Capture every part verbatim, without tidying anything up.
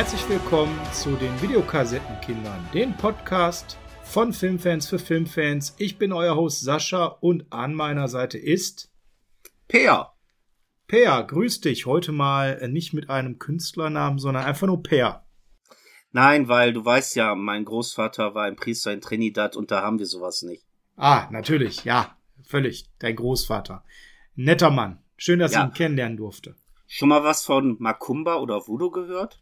Herzlich willkommen zu den Videokassettenkindern, dem Podcast von Filmfans für Filmfans. Ich bin euer Host Sascha und an meiner Seite ist Peer. Peer, grüß dich. Heute mal nicht mit einem Künstlernamen, sondern einfach nur Peer. Nein, weil du weißt ja, mein Großvater war ein Priester in Trinidad und da haben wir sowas nicht. Ah, natürlich, ja, völlig. Dein Großvater. Netter Mann. Schön, dass Ja. ich ihn kennenlernen durfte. Schon mal was von Macumba oder Voodoo gehört?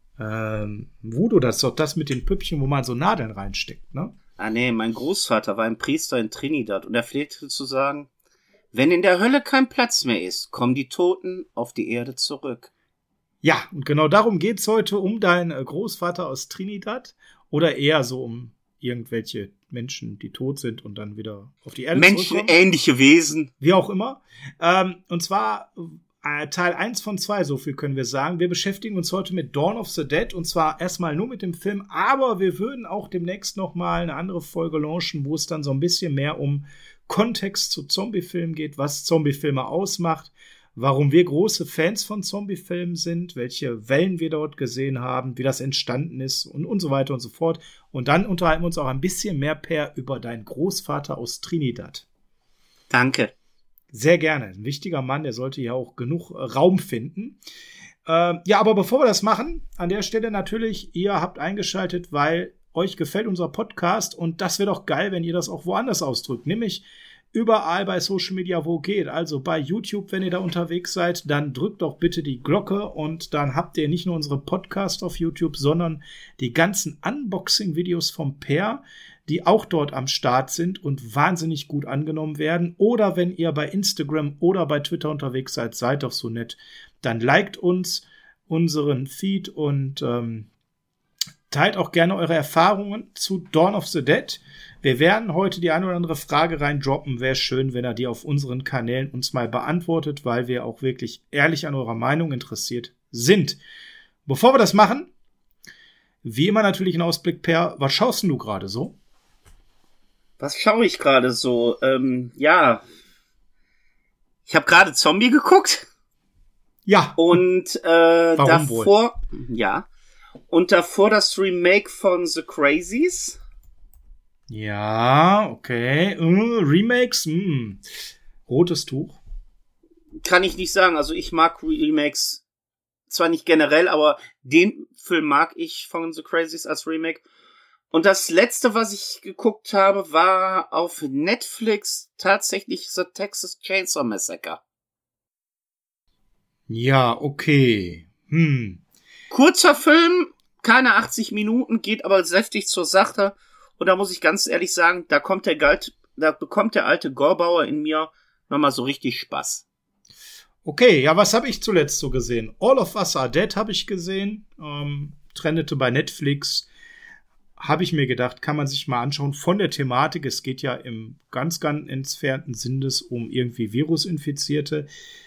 Ähm, Voodoo, das ist doch das mit den Püppchen, wo man so Nadeln reinsteckt, ne? Ah nee, mein Großvater war ein Priester in Trinidad und er pflegte zu sagen, wenn in der Hölle kein Platz mehr ist, kommen die Toten auf die Erde zurück. Ja, und genau darum geht's heute, um deinen Großvater aus Trinidad oder eher so um irgendwelche Menschen, die tot sind und dann wieder auf die Erde zurückkommen. Menschenähnliche Wesen. Wie auch immer. Ähm, und zwar äh, Teil eins von zwei, so viel können wir sagen. Wir beschäftigen uns heute mit Dawn of the Dead und zwar erstmal nur mit dem Film, aber wir würden auch demnächst nochmal eine andere Folge launchen, wo es dann so ein bisschen mehr um Kontext zu Zombiefilmen geht, was Zombiefilme ausmacht, warum wir große Fans von Zombiefilmen sind, welche Wellen wir dort gesehen haben, wie das entstanden ist und, und so weiter und so fort. Und dann unterhalten wir uns auch ein bisschen mehr, Per, über deinen Großvater aus Trinidad. Danke. Sehr gerne. Ein wichtiger Mann, der sollte ja auch genug äh, Raum finden. Äh, ja, aber bevor wir das machen, an der Stelle natürlich, ihr habt eingeschaltet, weil euch gefällt unser Podcast und das wäre doch geil, wenn ihr das auch woanders ausdrückt, nämlich überall bei Social Media, wo geht. Also bei YouTube, wenn ihr da unterwegs seid, dann drückt doch bitte die Glocke und dann habt ihr nicht nur unsere Podcast auf YouTube, sondern die ganzen Unboxing-Videos vom Per, die auch dort am Start sind und wahnsinnig gut angenommen werden. Oder wenn ihr bei Instagram oder bei Twitter unterwegs seid, seid doch so nett. Dann liked uns, unseren Feed und ähm, teilt auch gerne eure Erfahrungen zu Dawn of the Dead. Wir werden heute die eine oder andere Frage reindroppen. Wäre schön, wenn ihr die auf unseren Kanälen uns mal beantwortet, weil wir auch wirklich ehrlich an eurer Meinung interessiert sind. Bevor wir das machen, wie immer natürlich ein Ausblick, Per, was schaust denn du gerade so? Was schaue ich gerade so? Ähm, ja, ich habe gerade Zombie geguckt. Ja. Und äh, Warum davor, wohl? ja, und davor das Remake von The Crazies. Ja, okay. Uh, Remakes, mm. Rotes Tuch. Kann ich nicht sagen. Also ich mag Remakes zwar nicht generell, aber den Film mag ich von The Crazies als Remake. Und das letzte, was ich geguckt habe, war auf Netflix tatsächlich The Texas Chainsaw Massacre. Ja, okay. Hm. Kurzer Film, keine achtzig Minuten, geht aber säftig zur Sache. Und da muss ich ganz ehrlich sagen, da kommt der Galt, da bekommt der alte Gorbauer in mir nochmal so richtig Spaß. Okay, ja, was habe ich zuletzt so gesehen? All of Us Are Dead habe ich gesehen. Ähm, trendete bei Netflix. Habe ich mir gedacht, kann man sich mal anschauen. Von der Thematik, es geht ja im ganz, ganz entfernten Sinne um irgendwie Virusinfizierte.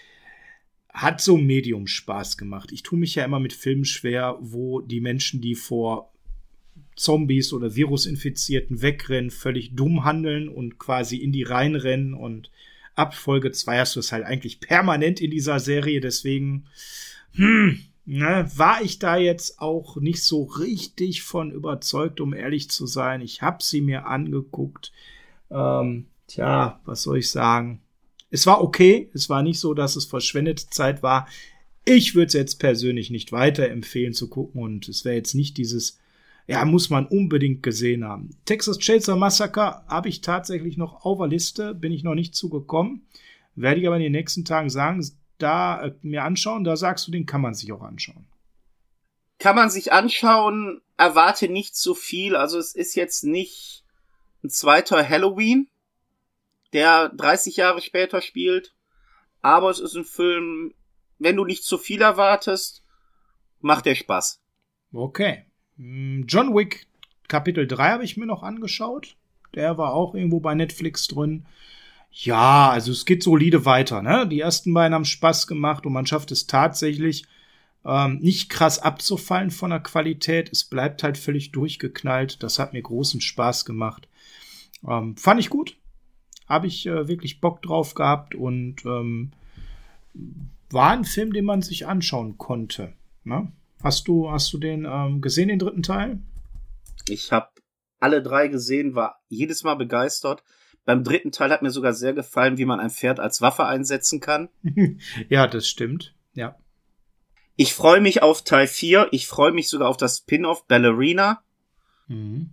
Hat so Medium Spaß gemacht. Ich tue mich ja immer mit Filmen schwer, wo die Menschen, die vor Zombies oder Virusinfizierten wegrennen, völlig dumm handeln und quasi in die Reihen rennen. Und ab Folge zwei hast du es halt eigentlich permanent in dieser Serie. Deswegen, hm, ne, war ich da jetzt auch nicht so richtig von überzeugt, um ehrlich zu sein. Ich habe sie mir angeguckt. Ähm, tja, was soll ich sagen? Es war okay. Es war nicht so, dass es verschwendete Zeit war. Ich würde es jetzt persönlich nicht weiterempfehlen zu gucken. Und es wäre jetzt nicht dieses, ja, muss man unbedingt gesehen haben. Texas Chainsaw Massacre habe ich tatsächlich noch auf der Liste. Bin ich noch nicht zugekommen. Werde ich aber in den nächsten Tagen sagen, da äh, mir anschauen. Da sagst du, den kann man sich auch anschauen. Kann man sich anschauen, erwarte nicht so viel. Also es ist jetzt nicht ein zweiter Halloween, der dreißig Jahre später spielt. Aber es ist ein Film, wenn du nicht zu viel erwartest, macht der Spaß. Okay. John Wick Kapitel drei habe ich mir noch angeschaut. Der war auch irgendwo bei Netflix drin. Ja, also es geht solide weiter, ne? Die ersten beiden haben Spaß gemacht und man schafft es tatsächlich, ähm, nicht krass abzufallen von der Qualität. Es bleibt halt völlig durchgeknallt. Das hat mir großen Spaß gemacht. Ähm, fand ich gut. Habe ich äh, wirklich Bock drauf gehabt und ähm, war ein Film, den man sich anschauen konnte, ne? Hast du, hast du den ähm, gesehen, den dritten Teil? Ich habe alle drei gesehen, war jedes Mal begeistert. Beim dritten Teil hat mir sogar sehr gefallen, wie man ein Pferd als Waffe einsetzen kann. Ja, das stimmt. Ja. Ich freue mich auf Teil vier. Ich freue mich sogar auf das Spin-off Ballerina. Mhm.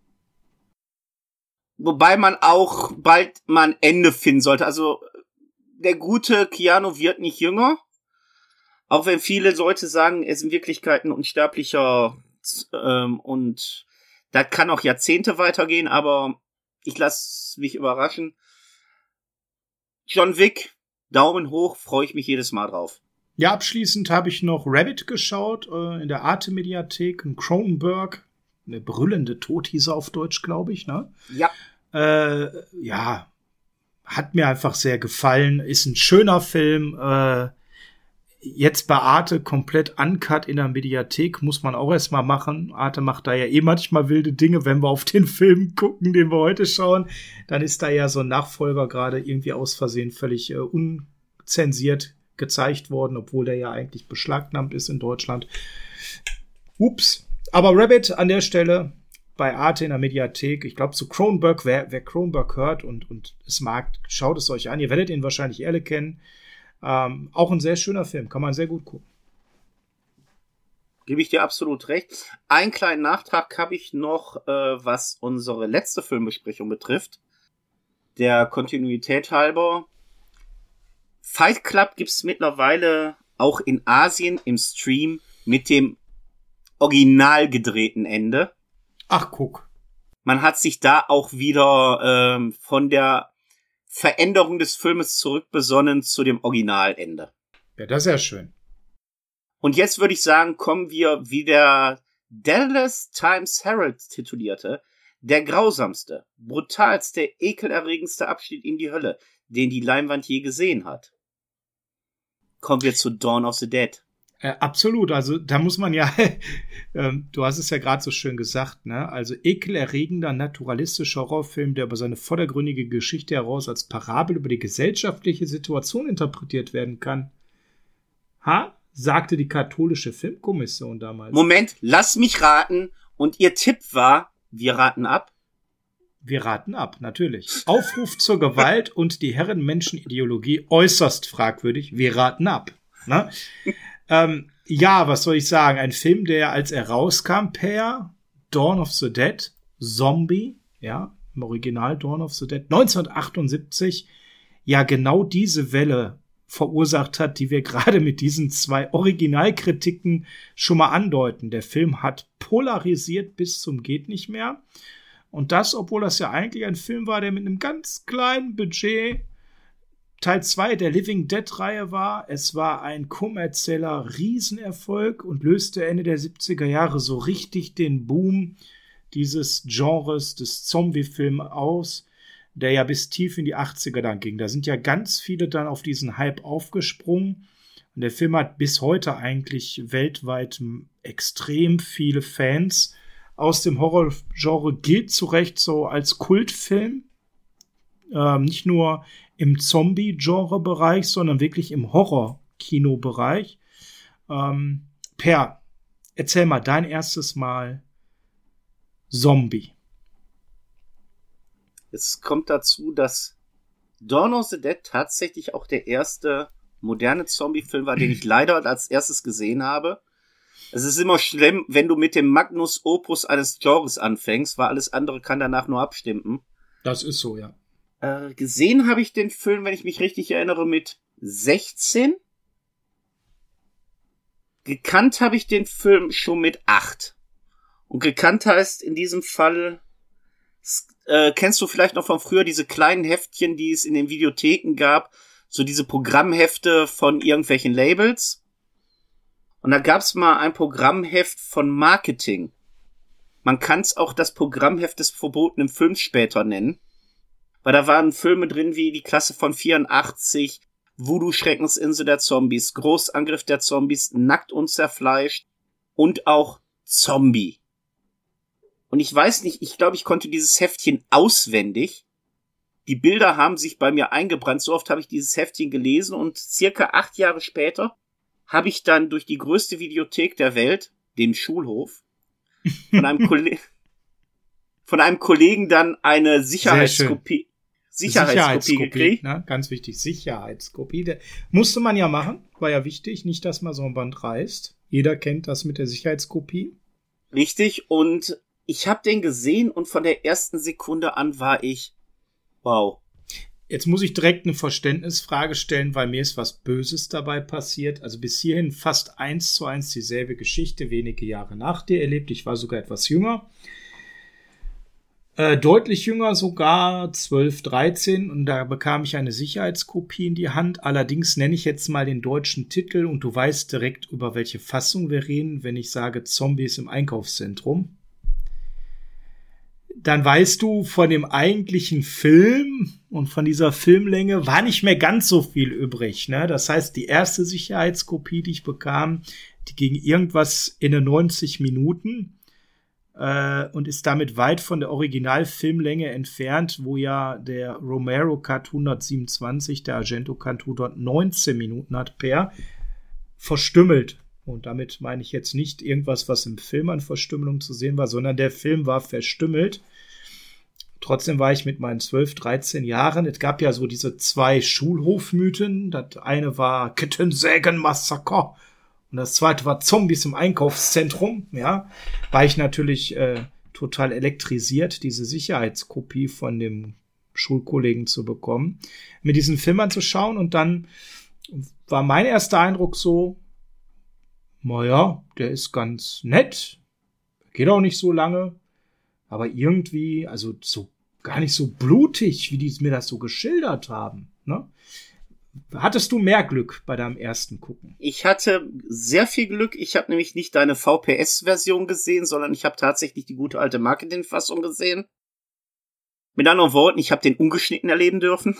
Wobei man auch bald mal ein Ende finden sollte. Also der gute Keanu wird nicht jünger. Auch wenn viele Leute sagen, er ist in Wirklichkeit ein Unsterblicher ähm, und das kann auch Jahrzehnte weitergehen, aber ich lasse mich überraschen. John Wick, Daumen hoch, freue ich mich jedes Mal drauf. Ja, abschließend habe ich noch Rabbit geschaut, äh, in der Arte-Mediathek, in Cronenberg. Eine brüllende Tod hieß er auf Deutsch, glaube ich, ne? Ja. Äh, ja, hat mir einfach sehr gefallen. Ist ein schöner Film. Äh, jetzt bei Arte komplett uncut in der Mediathek, muss man auch erstmal machen. Arte macht da ja eh manchmal wilde Dinge, wenn wir auf den Film gucken, den wir heute schauen. Dann ist da ja so ein Nachfolger gerade irgendwie aus Versehen völlig äh, unzensiert gezeigt worden, obwohl der ja eigentlich beschlagnahmt ist in Deutschland. Ups. Aber Rabbit an der Stelle bei Arte in der Mediathek. Ich glaube, zu Cronenberg, wer, wer Cronenberg hört und, und es mag, schaut es euch an. Ihr werdet ihn wahrscheinlich alle kennen. Ähm, auch ein sehr schöner Film, kann man sehr gut gucken. Gebe ich dir absolut recht. Einen kleinen Nachtrag habe ich noch, äh, was unsere letzte Filmbesprechung betrifft. Der Kontinuität halber. Fight Club gibt's mittlerweile auch in Asien im Stream mit dem original gedrehten Ende. Ach, guck. Man hat sich da auch wieder ähm, von der Veränderung des Filmes zurückbesonnen zu dem Originalende. Ja, das ist ja schön. Und jetzt würde ich sagen, kommen wir, wie der Dallas Times Herald titulierte, der grausamste, brutalste, ekelerregendste Abschied in die Hölle, den die Leinwand je gesehen hat. Kommen wir zu Dawn of the Dead. Äh, absolut, also da muss man ja, ähm, du hast es ja gerade so schön gesagt, ne? Also ekelerregender, naturalistischer Horrorfilm, der über seine vordergründige Geschichte heraus als Parabel über die gesellschaftliche Situation interpretiert werden kann. Ha? Sagte die katholische Filmkommission damals. Moment, lass mich raten. Und ihr Tipp war, wir raten ab? Wir raten ab, natürlich. Aufruf zur Gewalt und die Herrenmenschenideologie äußerst fragwürdig. Wir raten ab. Ne? ähm, ja, was soll ich sagen? Ein Film, der, als er rauskam, per Dawn of the Dead, Zombie, ja, im Original Dawn of the Dead, neunzehnhundertachtundsiebzig, ja genau diese Welle verursacht hat, die wir gerade mit diesen zwei Originalkritiken schon mal andeuten. Der Film hat polarisiert bis zum geht nicht mehr. Und das, obwohl das ja eigentlich ein Film war, der mit einem ganz kleinen Budget Teil zwei der Living Dead-Reihe war. Es war ein kommerzieller Riesenerfolg und löste Ende der siebziger Jahre so richtig den Boom dieses Genres des Zombie-Films aus, der ja bis tief in die achtziger dann ging. Da sind ja ganz viele dann auf diesen Hype aufgesprungen. Und der Film hat bis heute eigentlich weltweit extrem viele Fans. Aus dem Horrorgenre gilt zu Recht so als Kultfilm. Ähm, nicht nur im Zombie-Genre-Bereich, sondern wirklich im Horror-Kino-Bereich. Ähm, Per, erzähl mal dein erstes Mal Zombie. Es kommt dazu, dass Dawn of the Dead tatsächlich auch der erste moderne Zombie-Film war, den ich leider als erstes gesehen habe. Es ist immer schlimm, wenn du mit dem Magnus Opus eines Genres anfängst, weil alles andere kann danach nur abstimmen. Das ist so, ja. Äh, gesehen habe ich den Film, wenn ich mich richtig erinnere, mit sechzehn. Gekannt habe ich den Film schon mit acht. Und gekannt heißt in diesem Fall, äh, kennst du vielleicht noch von früher diese kleinen Heftchen, die es in den Videotheken gab, so diese Programmhefte von irgendwelchen Labels. Und da gab es mal ein Programmheft von Marketing. Man kann es auch das Programmheft des verbotenen Films später nennen. Weil da waren Filme drin wie die Klasse von vierundachtzig, Voodoo Schreckensinsel der Zombies, Großangriff der Zombies, Nackt und zerfleischt und auch Zombie. Und ich weiß nicht, ich glaube, ich konnte dieses Heftchen auswendig. Die Bilder haben sich bei mir eingebrannt. So oft habe ich dieses Heftchen gelesen und circa acht Jahre später habe ich dann durch die größte Videothek der Welt, den Schulhof, von einem, Kolle- von einem Kollegen dann eine Sicherheitskopie, Sicherheitskopie gekriegt. Ne? Ganz wichtig, Sicherheitskopie. Der musste man ja machen, war ja wichtig, nicht, dass man so ein Band reißt. Jeder kennt das mit der Sicherheitskopie. Richtig, und ich habe den gesehen und von der ersten Sekunde an war ich, wow. Jetzt muss ich direkt eine Verständnisfrage stellen, weil mir ist was Böses dabei passiert. Also bis hierhin fast eins zu eins dieselbe Geschichte, wenige Jahre nach dir erlebt. Ich war sogar etwas jünger. Äh, deutlich jünger sogar, zwölf, dreizehn. Und da bekam ich eine Sicherheitskopie in die Hand. Allerdings nenne ich jetzt mal den deutschen Titel und du weißt direkt, über welche Fassung wir reden, wenn ich sage Zombies im Einkaufszentrum. Dann weißt du, von dem eigentlichen Film und von dieser Filmlänge war nicht mehr ganz so viel übrig. Ne? Das heißt, die erste Sicherheitskopie, die ich bekam, die ging irgendwas in neunzig Minuten äh, und ist damit weit von der Originalfilmlänge entfernt, wo ja der Romero-Cut hundertsiebenundzwanzig, der Argento-Cut hundertneunzehn Minuten hat per verstümmelt. Und damit meine ich jetzt nicht irgendwas, was im Film an Verstümmelung zu sehen war, sondern der Film war verstümmelt. Trotzdem war ich mit meinen zwölf, dreizehn Jahren. Es gab ja so diese zwei Schulhofmythen. Das eine war Kettensägen-Massaker und das zweite war Zombies im Einkaufszentrum. Ja, war ich natürlich äh, total elektrisiert, diese Sicherheitskopie von dem Schulkollegen zu bekommen, mir diesen Film anzuschauen. Und dann war mein erster Eindruck so, naja, der ist ganz nett, geht auch nicht so lange, aber irgendwie, also so gar nicht so blutig, wie die mir das so geschildert haben. Ne? Hattest du mehr Glück bei deinem ersten Gucken? Ich hatte sehr viel Glück. Ich habe nämlich nicht deine V P S-Version gesehen, sondern ich habe tatsächlich die gute alte Marketing-Fassung gesehen. Mit anderen Worten, ich habe den ungeschnitten erleben dürfen.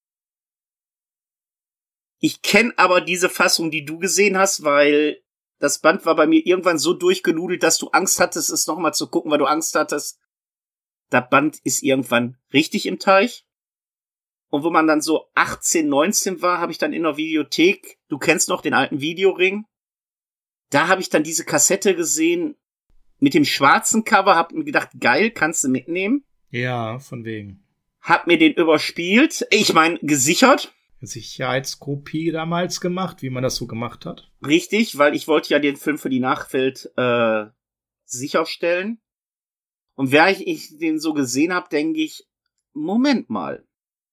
Ich kenne aber diese Fassung, die du gesehen hast, weil das Band war bei mir irgendwann so durchgenudelt, dass du Angst hattest, es nochmal zu gucken, weil du Angst hattest, das Band ist irgendwann richtig im Teich. Und wo man dann so achtzehn, neunzehn war, habe ich dann in der Videothek, du kennst noch den alten Videoring, da habe ich dann diese Kassette gesehen mit dem schwarzen Cover, hab mir gedacht, geil, kannst du mitnehmen. Ja, von wegen. Hab mir den überspielt, ich meine, gesichert. Sicherheitskopie damals gemacht, wie man das so gemacht hat. Richtig, weil ich wollte ja den Film für die Nachwelt äh, sicherstellen. Und während ich den so gesehen habe, denke ich, Moment mal,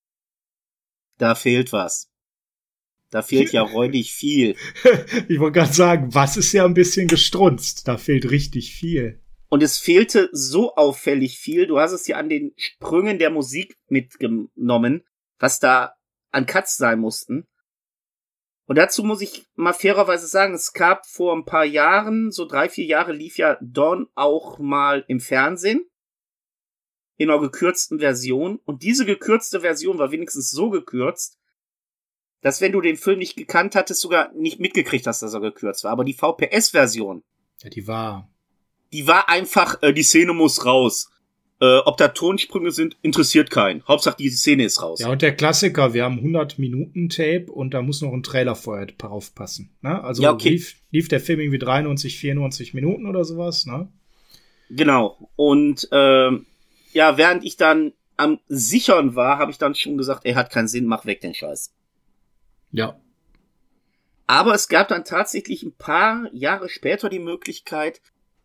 da fehlt was. Da fehlt ja räudig viel. Ich wollte gerade sagen, was ist ja ein bisschen gestrunzt? Da fehlt richtig viel. Und es fehlte so auffällig viel. Du hast es ja an den Sprüngen der Musik mitgenommen, was da an Cuts sein mussten. Und dazu muss ich mal fairerweise sagen, es gab vor ein paar Jahren, so drei, vier Jahre, lief ja Dawn auch mal im Fernsehen. In einer gekürzten Version. Und diese gekürzte Version war wenigstens so gekürzt, dass wenn du den Film nicht gekannt hattest, sogar nicht mitgekriegt hast, dass er gekürzt war. Aber die V P S-Version. Ja, die war. Die war einfach, äh, die Szene muss raus. Äh, ob da Tonsprünge sind, interessiert keinen. Hauptsache, die Szene ist raus. Ja, und der Klassiker, wir haben hundert Minuten Tape und da muss noch ein Trailer vorher drauf passen. Ne? Also ja, okay. lief, lief der Film irgendwie dreiundneunzig, vierundneunzig Minuten oder sowas. Ne? Genau. Und ähm, ja, während ich dann am Sichern war, habe ich dann schon gesagt, ey, hat keinen Sinn, mach weg den Scheiß. Ja. Aber es gab dann tatsächlich ein paar Jahre später die Möglichkeit,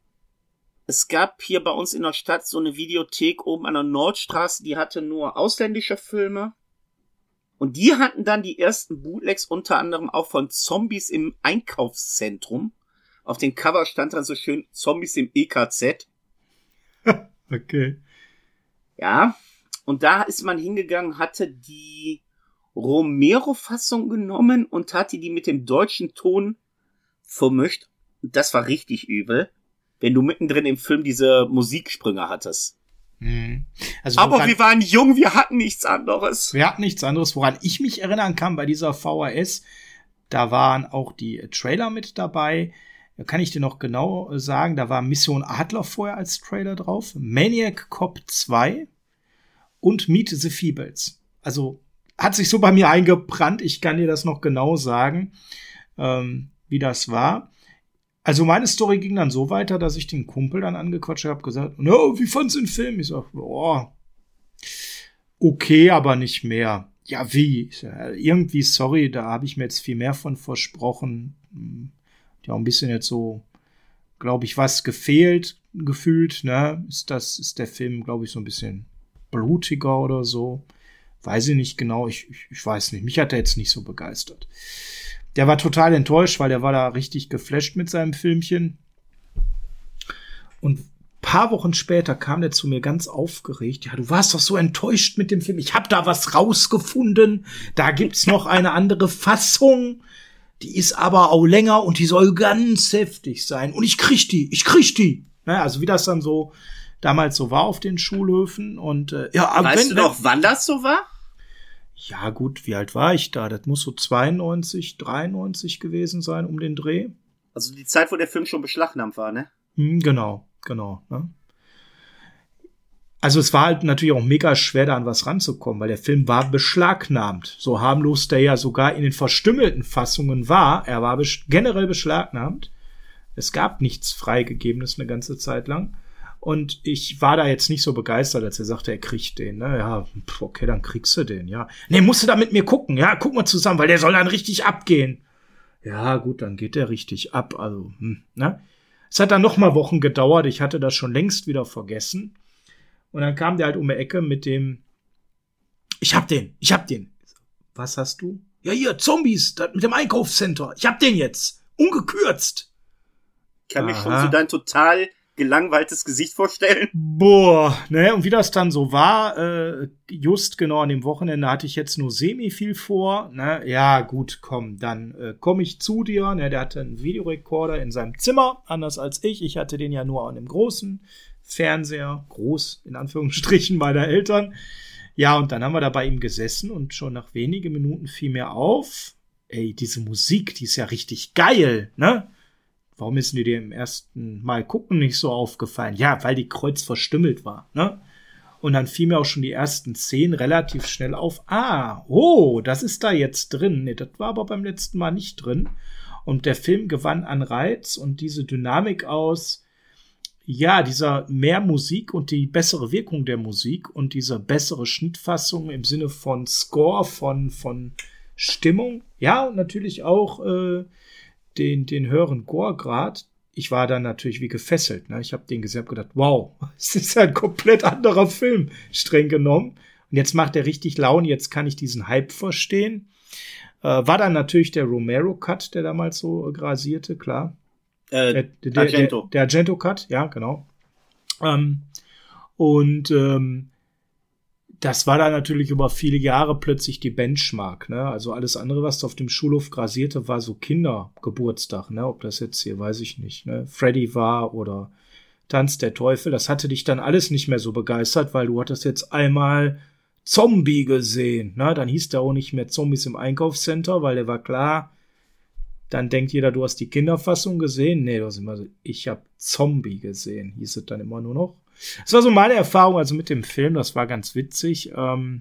es gab hier bei uns in der Stadt so eine Videothek oben an der Nordstraße, die hatte nur ausländische Filme. Und die hatten dann die ersten Bootlegs, unter anderem auch von Zombies im Einkaufszentrum. Auf dem Cover stand dann so schön Zombies im E K Z. Okay. Ja, und da ist man hingegangen, hatte die Romero-Fassung genommen und hatte die mit dem deutschen Ton vermischt. Das war richtig übel, wenn du mittendrin im Film diese Musiksprünge hattest. Hm. Also aber wir waren jung, wir hatten nichts anderes. Wir hatten nichts anderes. Woran ich mich erinnern kann bei dieser V H S, da waren auch die Trailer mit dabei. Da kann ich dir noch genau sagen, da war Mission Adler vorher als Trailer drauf, Maniac Cop zwei und Meet the Feebles. Also hat sich so bei mir eingebrannt, ich kann dir das noch genau sagen. Ähm, wie das war. Also meine Story ging dann so weiter, dass ich den Kumpel dann angequatscht habe, gesagt, no, wie fandst du den Film? Ich sag, boah, okay, aber nicht mehr. Ja, wie? Ich sag, irgendwie, sorry, da habe ich mir jetzt viel mehr von versprochen. Ja, ein bisschen jetzt so, glaube ich, was gefehlt, gefühlt, ne? Ist das, ist der Film, glaube ich, so ein bisschen blutiger oder so. Weiß ich nicht genau, ich, ich, ich weiß nicht. Mich hat er jetzt nicht so begeistert. Der war total enttäuscht, weil der war da richtig geflasht mit seinem Filmchen. Und ein paar Wochen später kam der zu mir ganz aufgeregt. Ja, du warst doch so enttäuscht mit dem Film. Ich habe da was rausgefunden. Da gibt's noch eine andere Fassung. Die ist aber auch länger und die soll ganz heftig sein. Und ich krieg die, ich krieg die. Ne, also wie das dann so damals so war auf den Schulhöfen. Und äh, ja, aber weißt wenn, du noch, wann das so war? Ja, gut, wie alt war ich da? Das muss so zweiundneunzig, dreiundneunzig gewesen sein, um den Dreh. Also die Zeit, wo der Film schon beschlagnahmt war, ne? Hm, genau, genau. Ne? Also es war halt natürlich auch mega schwer, da an was ranzukommen, weil der Film war beschlagnahmt. So harmlos der ja sogar in den verstümmelten Fassungen war. Er war besch- generell beschlagnahmt. Es gab nichts Freigegebenes eine ganze Zeit lang. Und ich war da jetzt nicht so begeistert, als er sagte, er kriegt den. Ne? Ja, okay, dann kriegst du den, ja. Nee, musst du da mit mir gucken, ja, guck mal zusammen, weil der soll dann richtig abgehen. Ja, gut, dann geht der richtig ab, also, hm, ne? Es hat dann noch mal Wochen gedauert, ich hatte das schon längst wieder vergessen. Und dann kam der halt um die Ecke mit dem, ich hab den, ich hab den. Was hast du? Ja, hier, Zombies, mit dem Einkaufscenter. Ich hab den jetzt, ungekürzt. Ich kann mir schon so dein total gelangweiltes Gesicht vorstellen. Boah, ne, und wie das dann so war, äh, just genau an dem Wochenende hatte ich jetzt nur semi viel vor, ne, ja, gut, komm, dann äh, komme ich zu dir, ne, der hatte einen Videorekorder in seinem Zimmer, anders als ich, ich hatte den ja nur an dem großen Fernseher, groß, in Anführungsstrichen, meiner Eltern, ja, und dann haben wir da bei ihm gesessen und schon nach wenigen Minuten fiel mir auf, ey, diese Musik, die ist ja richtig geil, ne? Warum ist mir dir im ersten Mal gucken nicht so aufgefallen? Ja, weil die Kreuz verstümmelt war, ne? Und dann fiel mir auch schon die ersten Szenen relativ schnell auf. Ah, oh, das ist da jetzt drin. Nee, das war aber beim letzten Mal nicht drin. Und der Film gewann an Reiz und diese Dynamik aus, ja, dieser mehr Musik und die bessere Wirkung der Musik und diese bessere Schnittfassung im Sinne von Score, von, von Stimmung. Ja, und natürlich auch, äh, den, den höheren Gore-Grad, ich war dann natürlich wie gefesselt. Ne? Ich habe den gesehen und gedacht, wow, es ist ja ein komplett anderer Film, streng genommen. Und jetzt macht er richtig Laune, jetzt kann ich diesen Hype verstehen. Äh, war dann natürlich der Romero-Cut, der damals so äh, grasierte, klar. Äh, der, der, Argento. Der, der Argento-Cut, ja, genau. Ähm, und ähm, das war dann natürlich über viele Jahre plötzlich die Benchmark, ne? Also alles andere, was da auf dem Schulhof grasierte, war so Kindergeburtstag, ne? Ob das jetzt hier, weiß ich nicht, ne? Freddy war oder Tanz der Teufel, das hatte dich dann alles nicht mehr so begeistert, weil du hattest jetzt einmal Zombie gesehen, ne? Dann hieß der auch nicht mehr Zombies im Einkaufscenter, weil der war klar, dann denkt jeder, du hast die Kinderfassung gesehen. Nee, du hast immer so, ich hab Zombie gesehen, hieß es dann immer nur noch. Das war so meine Erfahrung also mit dem Film, das war ganz witzig. Ähm,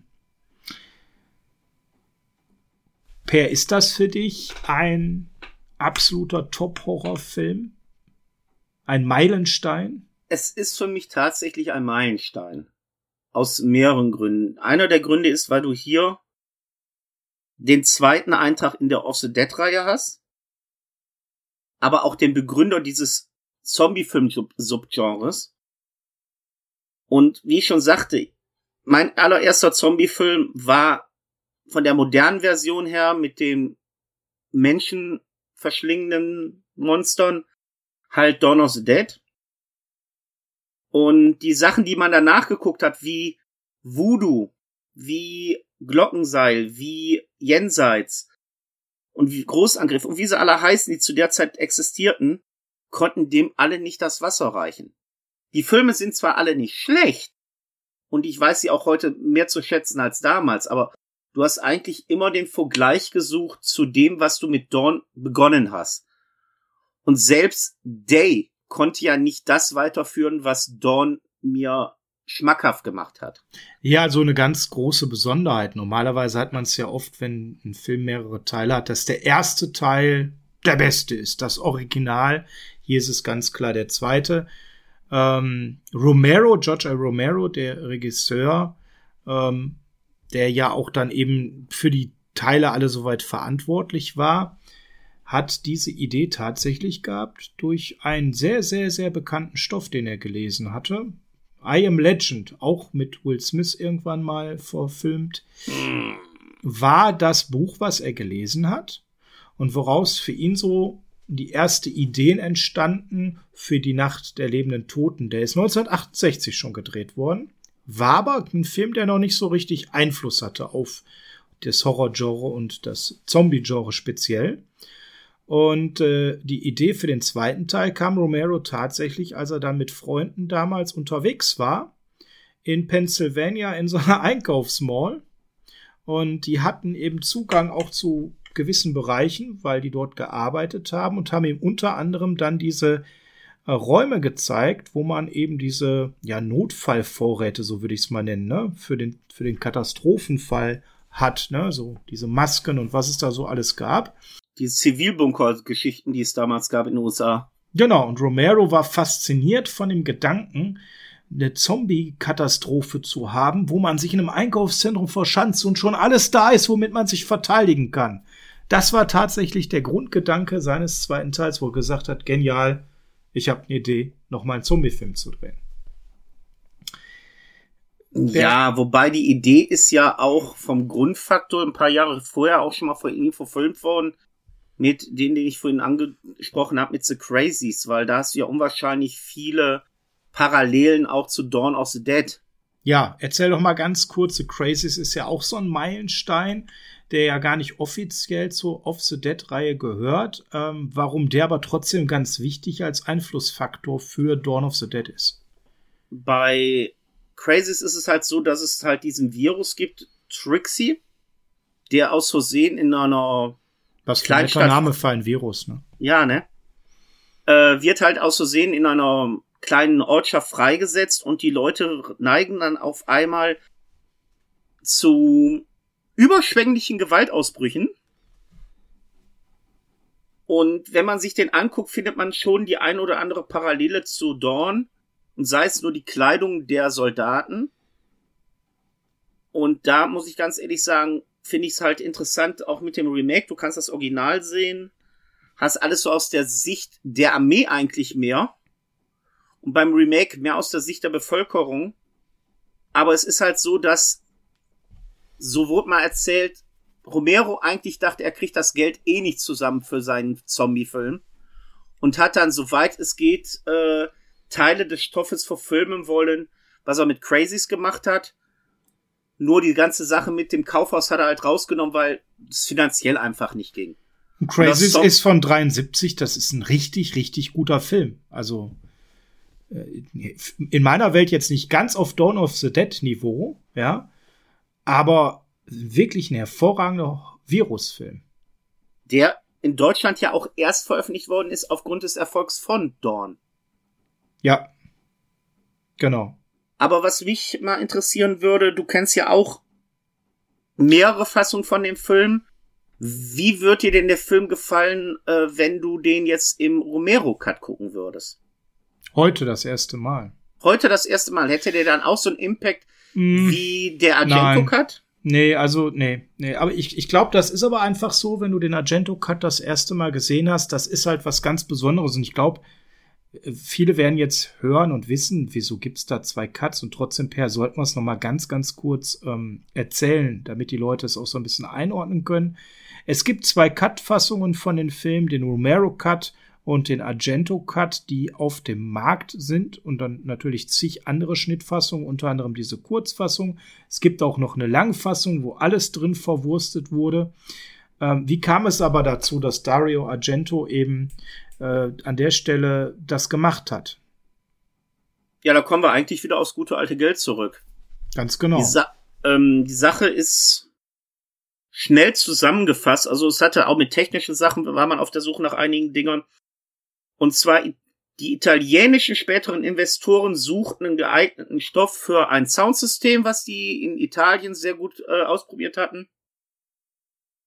Per, ist das für dich ein absoluter Top-Horror-Film? Ein Meilenstein? Es ist für mich tatsächlich ein Meilenstein. Aus mehreren Gründen. Einer der Gründe ist, weil du hier den zweiten Eintrag in der Of the Dead-Reihe hast, aber auch den Begründer dieses Zombie-Film-Subgenres. Und wie ich schon sagte, mein allererster Zombie-Film war von der modernen Version her mit den menschenverschlingenden Monstern halt Dawn of the Dead. Und die Sachen, die man danach geguckt hat, wie Voodoo, wie Glockenseil, wie Jenseits und wie Großangriff und wie sie alle heißen, die zu der Zeit existierten, konnten dem alle nicht das Wasser reichen. Die Filme sind zwar alle nicht schlecht, und ich weiß sie auch heute mehr zu schätzen als damals, aber du hast eigentlich immer den Vergleich gesucht zu dem, was du mit Dawn begonnen hast. Und selbst Day konnte ja nicht das weiterführen, was Dawn mir schmackhaft gemacht hat. Ja, so eine ganz große Besonderheit. Normalerweise hat man es ja oft, wenn ein Film mehrere Teile hat, dass der erste Teil der beste ist. Das Original, hier ist es ganz klar der zweite. Ähm, Romero, George R. Romero, der Regisseur, ähm, der ja auch dann eben für die Teile alle soweit verantwortlich war, hat diese Idee tatsächlich gehabt durch einen sehr, sehr, sehr bekannten Stoff, den er gelesen hatte. I Am Legend, auch mit Will Smith irgendwann mal verfilmt, war das Buch, was er gelesen hat und woraus für ihn so die ersten Ideen entstanden für die Nacht der lebenden Toten. Der ist neunzehnhundertachtundsechzig schon gedreht worden, war aber ein Film, der noch nicht so richtig Einfluss hatte auf das Horror-Genre und das Zombie-Genre speziell. Und äh, die Idee für den zweiten Teil kam Romero tatsächlich, als er dann mit Freunden damals unterwegs war, in Pennsylvania in so einer Einkaufsmall. Und die hatten eben Zugang auch zu gewissen Bereichen, weil die dort gearbeitet haben und haben ihm unter anderem dann diese äh, Räume gezeigt, wo man eben diese ja, Notfallvorräte, so würde ich es mal nennen, ne, für den, für den Katastrophenfall hat, ne, so diese Masken und was es da so alles gab. Die Zivilbunker-Geschichten, die es damals gab in den U S A. Genau, und Romero war fasziniert von dem Gedanken, eine Zombie-Katastrophe zu haben, wo man sich in einem Einkaufszentrum verschanzt und schon alles da ist, womit man sich verteidigen kann. Das war tatsächlich der Grundgedanke seines zweiten Teils, wo er gesagt hat, genial, ich habe eine Idee, nochmal einen Zombie-Film zu drehen. Ja, wobei die Idee ist ja auch vom Grundfaktor ein paar Jahre vorher auch schon mal von ihm verfilmt worden, mit dem, den ich vorhin angesprochen habe, mit The Crazies, weil da hast du ja unwahrscheinlich viele Parallelen auch zu Dawn of the Dead. Ja, erzähl doch mal ganz kurz, The Crazies ist ja auch so ein Meilenstein, der ja gar nicht offiziell zur Of the Dead-Reihe gehört, ähm, warum der aber trotzdem ganz wichtig als Einflussfaktor für Dawn of the Dead ist. Bei Crazies ist es halt so, dass es halt diesen Virus gibt, Trixie, der aus Versehen in einer Was für ein netter Name für ein Virus, ne? Ja, ne? Äh, wird halt aus Versehen in einer kleinen Ortschaft freigesetzt und die Leute neigen dann auf einmal zu überschwänglichen Gewaltausbrüchen. Und wenn man sich den anguckt, findet man schon die ein oder andere Parallele zu Dawn. Und sei es nur die Kleidung der Soldaten. Und da muss ich ganz ehrlich sagen, finde ich es halt interessant, auch mit dem Remake. Du kannst das Original sehen, hast alles so aus der Sicht der Armee eigentlich mehr. Und beim Remake mehr aus der Sicht der Bevölkerung. Aber es ist halt so, dass, so wurde mal erzählt, Romero eigentlich dachte, er kriegt das Geld eh nicht zusammen für seinen Zombie-Film. Und hat dann, soweit es geht, äh, Teile des Stoffes verfilmen wollen, was er mit Crazies gemacht hat. Nur die ganze Sache mit dem Kaufhaus hat er halt rausgenommen, weil es finanziell einfach nicht ging. Crazies ist von dreiundsiebzig, das ist ein richtig, richtig guter Film. Also in meiner Welt jetzt nicht ganz auf Dawn of the Dead Niveau, ja, aber wirklich ein hervorragender Virusfilm. Der in Deutschland ja auch erst veröffentlicht worden ist aufgrund des Erfolgs von Dawn. Ja, genau. Aber was mich mal interessieren würde, du kennst ja auch mehrere Fassungen von dem Film. Wie wird dir denn der Film gefallen, äh, wenn du den jetzt im Romero-Cut gucken würdest? Heute das erste Mal. Heute das erste Mal. Hätte der dann auch so einen Impact mm, wie der Argento-Cut? Nee, also, nee, nee. Aber ich, ich glaube, das ist aber einfach so, wenn du den Argento-Cut das erste Mal gesehen hast, das ist halt was ganz Besonderes. Und ich glaube, viele werden jetzt hören und wissen, wieso gibt's da zwei Cuts, und trotzdem, Per, sollten wir es noch mal ganz, ganz kurz ähm, erzählen, damit die Leute es auch so ein bisschen einordnen können. Es gibt zwei Cut-Fassungen von den Filmen, den Romero-Cut und den Argento-Cut, die auf dem Markt sind, und dann natürlich zig andere Schnittfassungen, unter anderem diese Kurzfassung. Es gibt auch noch eine Langfassung, wo alles drin verwurstet wurde. Ähm, wie kam es aber dazu, dass Dario Argento eben äh, an der Stelle das gemacht hat? Ja, da kommen wir eigentlich wieder aufs gute alte Geld zurück. Ganz genau. Die, Sa- ähm, die Sache ist schnell zusammengefasst. Also es hatte auch mit technischen Sachen, war man auf der Suche nach einigen Dingern. Und zwar, die italienischen späteren Investoren suchten einen geeigneten Stoff für ein Soundsystem, was die in Italien sehr gut äh, ausprobiert hatten.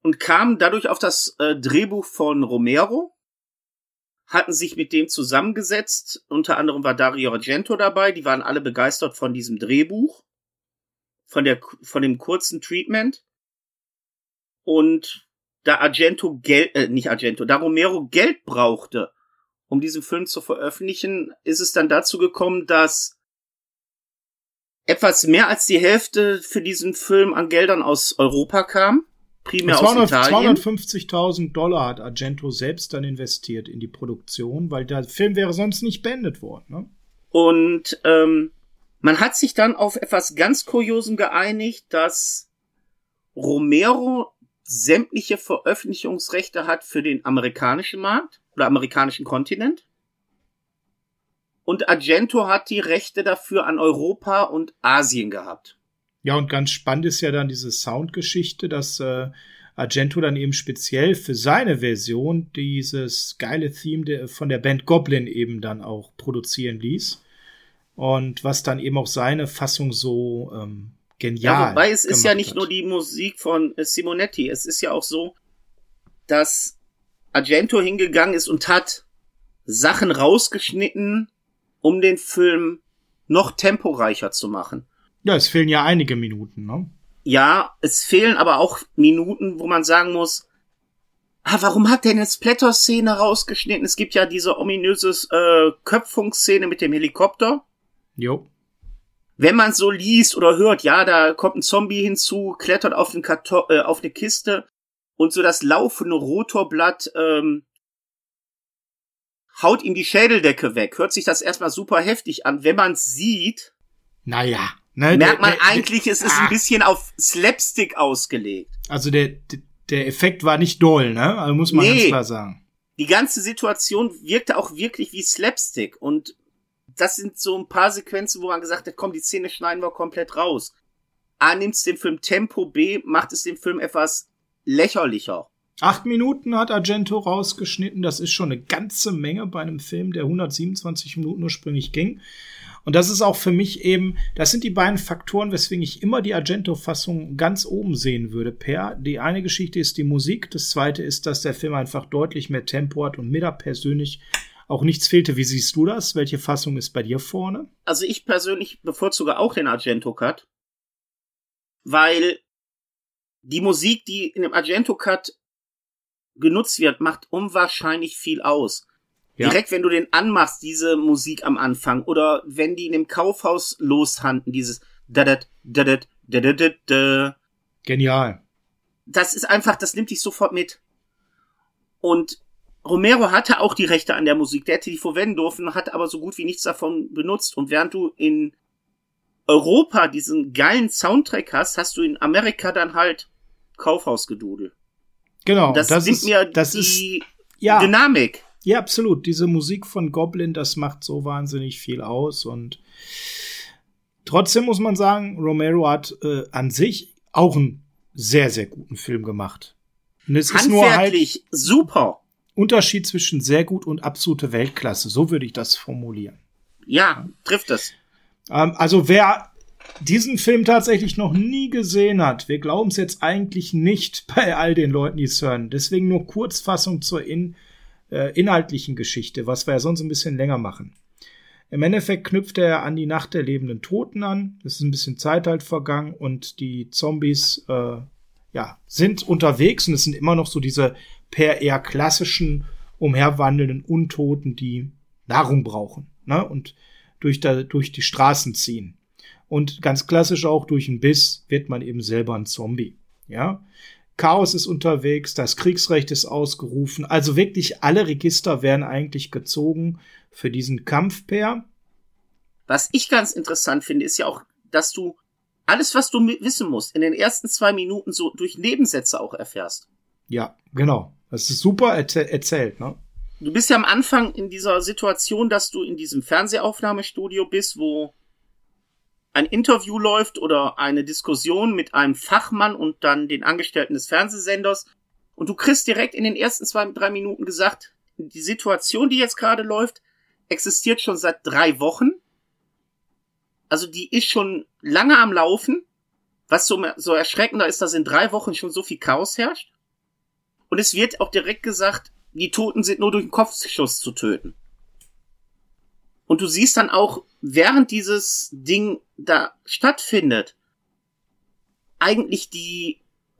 und kamen dadurch auf das äh, Drehbuch von Romero, hatten sich mit dem zusammengesetzt, unter anderem war Dario Argento dabei, die waren alle begeistert von diesem Drehbuch, von der von dem kurzen Treatment. Und da Argento Geld, äh, nicht Argento, da Romero Geld brauchte, um diesen Film zu veröffentlichen, ist es dann dazu gekommen, dass etwas mehr als die Hälfte für diesen Film an Geldern aus Europa kam, primär aus Italien. zweihundertfünfzigtausend Dollar hat Argento selbst dann investiert in die Produktion, weil der Film wäre sonst nicht beendet worden. Ne? Und ähm, man hat sich dann auf etwas ganz Kuriosem geeinigt, dass Romero sämtliche Veröffentlichungsrechte hat für den amerikanischen Markt oder amerikanischen Kontinent. Und Argento hat die Rechte dafür an Europa und Asien gehabt. Ja, und ganz spannend ist ja dann diese Soundgeschichte, dass äh, Argento dann eben speziell für seine Version dieses geile Theme de, von der Band Goblin eben dann auch produzieren ließ. Und was dann eben auch seine Fassung so ähm, genial ja, wobei es ist ja nicht hat. nur die Musik von äh, Simonetti. Es ist ja auch so, dass Argento hingegangen ist und hat Sachen rausgeschnitten, um den Film noch temporeicher zu machen. Ja, es fehlen ja einige Minuten, ne? Ja, es fehlen aber auch Minuten, wo man sagen muss, ah, warum hat der eine Splatter-Szene rausgeschnitten? Es gibt ja diese ominöse äh, Köpfungsszene mit dem Helikopter. Jo. Wenn man so liest oder hört, ja, da kommt ein Zombie hinzu, klettert auf, den Karton, äh, auf eine Kiste und so das laufende Rotorblatt ähm, haut ihm die Schädeldecke weg. Hört sich das erstmal super heftig an. Wenn man es sieht, naja, ne, merkt der, man der, eigentlich, der, es ist ah. ein bisschen auf Slapstick ausgelegt. Also der, der Effekt war nicht doll, ne? Also muss man Nee. ganz klar sagen. Die ganze Situation wirkte auch wirklich wie Slapstick. Und das sind so ein paar Sequenzen, wo man gesagt hat, komm, die Szene schneiden wir komplett raus. A, nimmt es dem Film Tempo, B, macht es dem Film etwas lächerlicher. Acht Minuten hat Argento rausgeschnitten. Das ist schon eine ganze Menge bei einem Film, der hundertsiebenundzwanzig Minuten ursprünglich ging. Und das ist auch für mich eben, das sind die beiden Faktoren, weswegen ich immer die Argento-Fassung ganz oben sehen würde. Per, die eine Geschichte ist die Musik, das zweite ist, dass der Film einfach deutlich mehr Tempo hat und mir da persönlich auch nichts fehlte. Wie siehst du das? Welche Fassung ist bei dir vorne? Also ich persönlich bevorzuge auch den Argento-Cut, weil die Musik, die in dem Argento-Cut genutzt wird, macht unwahrscheinlich viel aus. Ja. Direkt, wenn du den anmachst, diese Musik am Anfang, oder wenn die in dem Kaufhaus loshanden, dieses dadat, dadat, dadat, dadat. Genial. Das ist einfach, das nimmt dich sofort mit. Und Romero hatte auch die Rechte an der Musik, der hätte die verwenden dürfen, hat aber so gut wie nichts davon benutzt. Und während du in Europa diesen geilen Soundtrack hast, hast du in Amerika dann halt Kaufhausgedudel. Genau. Und das, das nimmt ist, mir das die ist, ja. Dynamik. Ja, absolut. Diese Musik von Goblin, das macht so wahnsinnig viel aus. Und trotzdem muss man sagen, Romero hat äh, an sich auch einen sehr, sehr guten Film gemacht. Und es ist nur halt super. Unterschied zwischen sehr gut und absolute Weltklasse. So würde ich das formulieren. Ja, trifft es. Ähm, also wer diesen Film tatsächlich noch nie gesehen hat, wir glauben es jetzt eigentlich nicht bei all den Leuten, die es hören. Deswegen nur Kurzfassung zur in inhaltlichen Geschichte, was wir ja sonst ein bisschen länger machen. Im Endeffekt knüpft er an die Nacht der lebenden Toten an. Es ist ein bisschen Zeit halt vergangen und die Zombies äh, ja, sind unterwegs und es sind immer noch so diese per eher klassischen, umherwandelnden Untoten, die Nahrung brauchen, ne? Und durch, da, durch die Straßen ziehen. Und ganz klassisch auch durch einen Biss wird man eben selber ein Zombie. Ja? Chaos ist unterwegs, das Kriegsrecht ist ausgerufen. Also wirklich alle Register werden eigentlich gezogen für diesen Kampfpair. Was ich ganz interessant finde, ist ja auch, dass du alles, was du wissen musst, in den ersten zwei Minuten so durch Nebensätze auch erfährst. Ja, genau. Das ist super erzäh- erzählt, ne? Du bist ja am Anfang in dieser Situation, dass du in diesem Fernsehaufnahmestudio bist, wo ein Interview läuft oder eine Diskussion mit einem Fachmann und dann den Angestellten des Fernsehsenders. Und du kriegst direkt in den ersten zwei, drei Minuten gesagt, die Situation, die jetzt gerade läuft, existiert schon seit drei Wochen. Also die ist schon lange am Laufen. Was so, so erschreckender ist, dass in drei Wochen schon so viel Chaos herrscht. Und es wird auch direkt gesagt, die Toten sind nur durch einen Kopfschuss zu töten. Und du siehst dann auch, während dieses Ding da stattfindet, eigentlich die,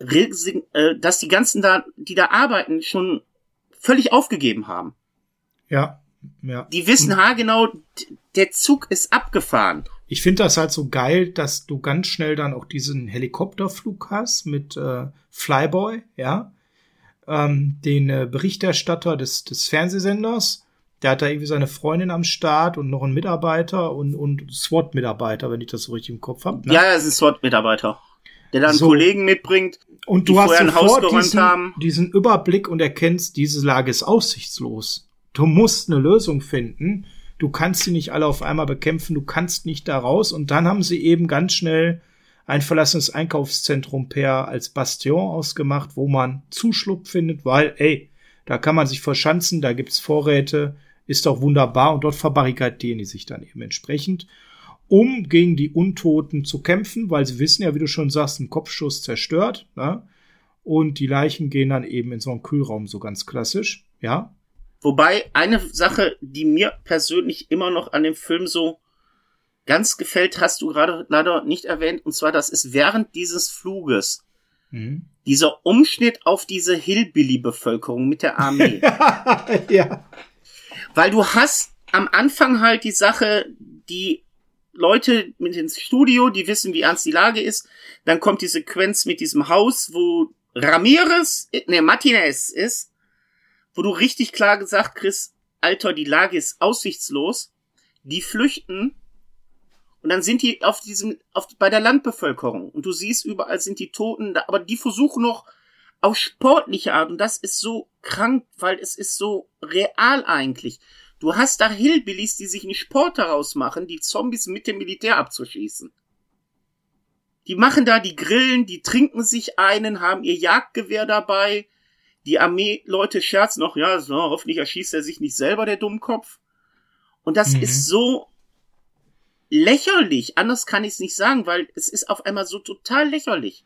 dass die ganzen da, die da arbeiten, schon völlig aufgegeben haben. Ja, ja. Die wissen haargenau, der Zug ist abgefahren. Ich finde das halt so geil, dass du ganz schnell dann auch diesen Helikopterflug hast mit äh, Flyboy, ja, ähm, den äh, Berichterstatter des, des Fernsehsenders. Der hat da irgendwie seine Freundin am Start und noch einen Mitarbeiter und, und SWAT-Mitarbeiter, wenn ich das so richtig im Kopf habe. Ne? Ja, er ist ein SWAT-Mitarbeiter, der dann so. einen Kollegen mitbringt, und du die hast vorher ein Haus sofort geräumt diesen, haben. diesen Überblick und erkennst, diese Lage ist aussichtslos. Du musst eine Lösung finden. Du kannst sie nicht alle auf einmal bekämpfen. Du kannst nicht da raus. Und dann haben sie eben ganz schnell ein verlassenes Einkaufszentrum per als Bastion ausgemacht, wo man Zuschlupf findet, weil, ey, da kann man sich verschanzen, da gibt's Vorräte, ist doch wunderbar. Und dort verbarrikadieren die sich dann eben entsprechend, um gegen die Untoten zu kämpfen, weil sie wissen ja, wie du schon sagst, ein Kopfschuss zerstört, ne? Und die Leichen gehen dann eben in so einen Kühlraum, so ganz klassisch, ja. Wobei eine Sache, die mir persönlich immer noch an dem Film so ganz gefällt, hast du gerade leider nicht erwähnt, und zwar, das ist während dieses Fluges mhm. dieser Umschnitt auf diese Hillbilly-Bevölkerung mit der Armee. Ja. Weil du hast am Anfang halt die Sache, die Leute mit ins Studio, die wissen, wie ernst die Lage ist. Dann kommt die Sequenz mit diesem Haus, wo Ramirez, ne, Martinez ist, wo du richtig klar gesagt kriegst, Alter, die Lage ist aussichtslos. Die flüchten und dann sind die auf diesem, auf, bei der Landbevölkerung und du siehst, überall sind die Toten, aber die versuchen noch auf sportliche Art und das ist so krank, weil es ist so real eigentlich. Du hast da Hillbillies, die sich einen Sport daraus machen, die Zombies mit dem Militär abzuschießen. Die machen da die Grillen, die trinken sich einen, haben ihr Jagdgewehr dabei. Die Armeeleute scherzen noch, ja, so, hoffentlich erschießt er sich nicht selber, der Dummkopf. Und das mhm. ist so lächerlich. Anders kann ich es nicht sagen, weil es ist auf einmal so total lächerlich.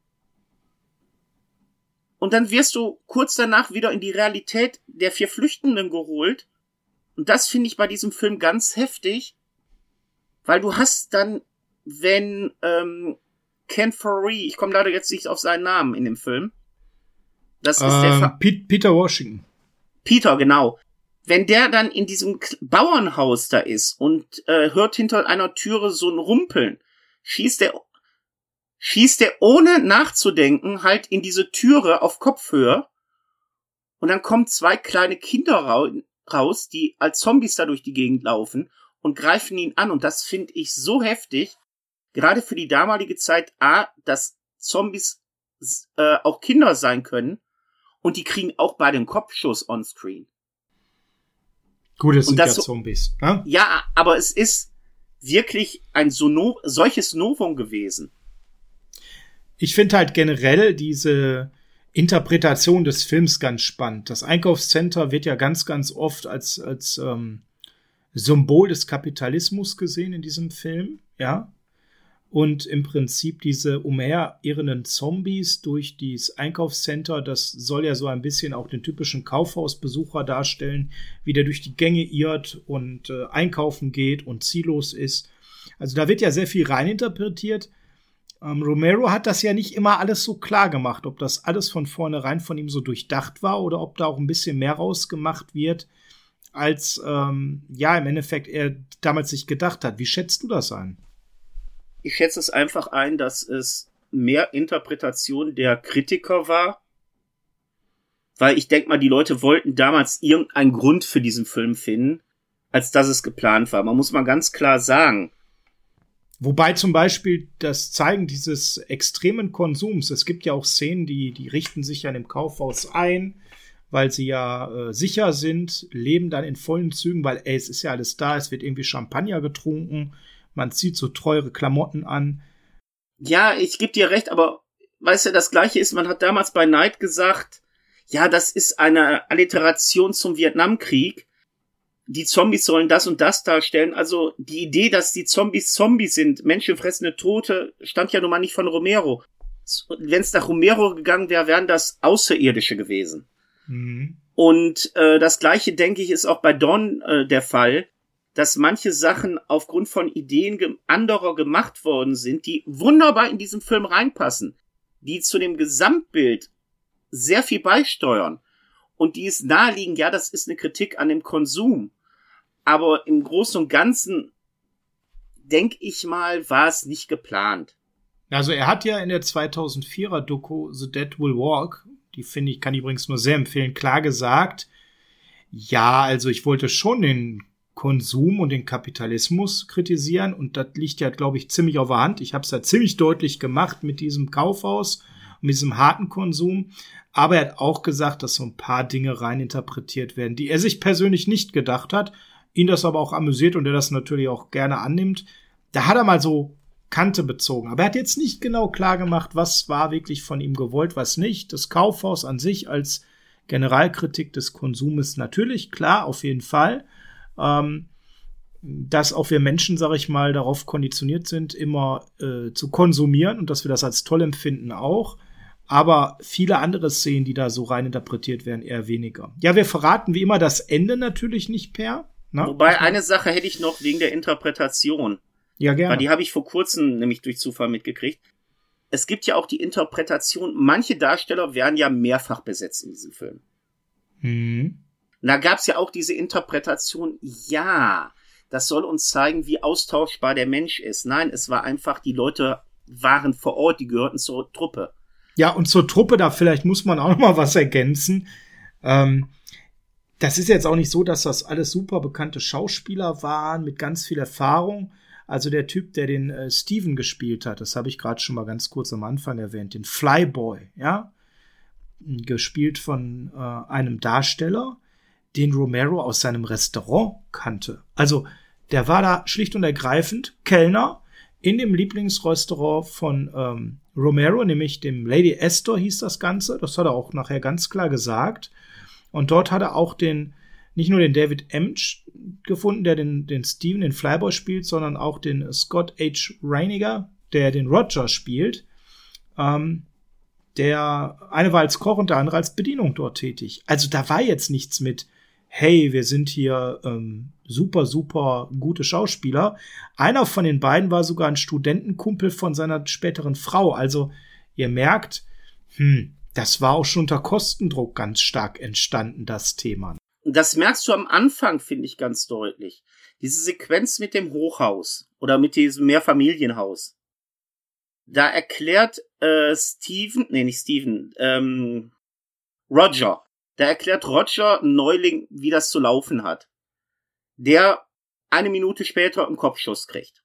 Und dann wirst du kurz danach wieder in die Realität der vier Flüchtenden geholt. Und das finde ich bei diesem Film ganz heftig, weil du hast dann, wenn ähm, Ken Foree, ich komme leider jetzt nicht auf seinen Namen in dem Film, das ist ähm, der Fa- Peter Washington. Peter, genau. Wenn der dann in diesem Bauernhaus da ist und äh, hört hinter einer Türe so ein Rumpeln, schießt er schießt er ohne nachzudenken halt in diese Türe auf Kopfhöhe und dann kommen zwei kleine Kinder ra- raus, die als Zombies da durch die Gegend laufen und greifen ihn an und das finde ich so heftig, gerade für die damalige Zeit, a, dass Zombies äh, auch Kinder sein können und die kriegen auch bei dem Kopfschuss onscreen. Gut, es sind ja so, Zombies. Ne? Ja, aber es ist wirklich ein so no- solches Novum gewesen. Ich finde halt generell diese Interpretation des Films ganz spannend. Das Einkaufscenter wird ja ganz, ganz oft als, als ähm, Symbol des Kapitalismus gesehen in diesem Film, ja. Und im Prinzip diese umherirrenden Zombies durch dieses Einkaufscenter, das soll ja so ein bisschen auch den typischen Kaufhausbesucher darstellen, wie der durch die Gänge irrt und äh, einkaufen geht und ziellos ist. Also da wird ja sehr viel reininterpretiert. Ähm, Romero hat das ja nicht immer alles so klar gemacht, ob das alles von vornherein von ihm so durchdacht war oder ob da auch ein bisschen mehr rausgemacht wird, als ähm, ja im Endeffekt er damals sich gedacht hat. Wie schätzt du das ein? Ich schätze es einfach ein, dass es mehr Interpretation der Kritiker war, weil ich denke mal, die Leute wollten damals irgendeinen Grund für diesen Film finden, als dass es geplant war. Man muss mal ganz klar sagen. Wobei zum Beispiel das Zeigen dieses extremen Konsums, es gibt ja auch Szenen, die, die richten sich ja in dem Kaufhaus ein, weil sie ja äh, sicher sind, leben dann in vollen Zügen, weil ey, es ist ja alles da, es wird irgendwie Champagner getrunken, man zieht so teure Klamotten an. Ja, ich gebe dir recht, aber weißt du, das Gleiche ist, man hat damals bei Night gesagt, ja, das ist eine Alliteration zum Vietnamkrieg. Die Zombies sollen das und das darstellen. Also die Idee, dass die Zombies Zombies sind, menschenfressende Tote, stammt ja nun mal nicht von Romero. wenn es nach Romero gegangen wäre, wären das Außerirdische gewesen. Mhm. Und äh, das Gleiche, denke ich, ist auch bei Dawn äh, der Fall, dass manche Sachen aufgrund von Ideen ge- anderer gemacht worden sind, die wunderbar in diesen Film reinpassen, die zu dem Gesamtbild sehr viel beisteuern und die es naheliegen, ja, das ist eine Kritik an dem Konsum. Aber im Großen und Ganzen, denke ich mal, war es nicht geplant. Also er hat ja in der zweitausendvierer Doku The Dead Will Walk, die finde ich, kann ich übrigens nur sehr empfehlen, klar gesagt, ja, also ich wollte schon den Konsum und den Kapitalismus kritisieren und das liegt ja, glaube ich, ziemlich auf der Hand. Ich habe es ja ziemlich deutlich gemacht mit diesem Kaufhaus und mit diesem harten Konsum, aber er hat auch gesagt, dass so ein paar Dinge reininterpretiert werden, die er sich persönlich nicht gedacht hat, ihn das aber auch amüsiert und er das natürlich auch gerne annimmt. Da hat er mal so Kante bezogen. Aber er hat jetzt nicht genau klar gemacht, was war wirklich von ihm gewollt, was nicht. Das Kaufhaus an sich als Generalkritik des Konsumes natürlich, klar, auf jeden Fall. Ähm, dass auch wir Menschen, sag ich mal, darauf konditioniert sind, immer äh, zu konsumieren und dass wir das als toll empfinden auch. Aber viele andere Szenen, die da so rein interpretiert werden, eher weniger. Ja, wir verraten wie immer das Ende natürlich nicht, Per. Na? Wobei, eine Sache hätte ich noch wegen der Interpretation. Ja, gerne. Weil die habe ich vor kurzem nämlich durch Zufall mitgekriegt. Es gibt ja auch die Interpretation, manche Darsteller werden ja mehrfach besetzt in diesem Film. Mhm. Und da gab es ja auch diese Interpretation, ja, das soll uns zeigen, wie austauschbar der Mensch ist. Nein, es war einfach, die Leute waren vor Ort, die gehörten zur Truppe. Ja, und zur Truppe, da vielleicht muss man auch noch mal was ergänzen. Ähm, das ist jetzt auch nicht so, dass das alles super bekannte Schauspieler waren mit ganz viel Erfahrung. Also der Typ, der den äh, Steven gespielt hat, das habe ich gerade schon mal ganz kurz am Anfang erwähnt, den Flyboy, ja, gespielt von äh, einem Darsteller, den Romero aus seinem Restaurant kannte. Also der war da schlicht und ergreifend Kellner in dem Lieblingsrestaurant von ähm, Romero, nämlich dem Lady Astor hieß das Ganze. Das hat er auch nachher ganz klar gesagt. Und dort hat er auch den, nicht nur den David Emch gefunden, der den, den Steven, den Flyboy spielt, sondern auch den Scott H. Reiniger, der den Roger spielt. Ähm, der eine war als Koch und der andere als Bedienung dort tätig. Also da war jetzt nichts mit, hey, wir sind hier ähm, super, super gute Schauspieler. Einer von den beiden war sogar ein Studentenkumpel von seiner späteren Frau. Also ihr merkt, hm, das war auch schon unter Kostendruck ganz stark entstanden, das Thema. Das merkst du am Anfang, finde ich, ganz deutlich. Diese Sequenz mit dem Hochhaus oder mit diesem Mehrfamilienhaus. Da erklärt äh, Steven, nee, nicht Steven, ähm, Roger. Da erklärt Roger ein Neuling, wie das zu laufen hat. Der eine Minute später einen Kopfschuss kriegt.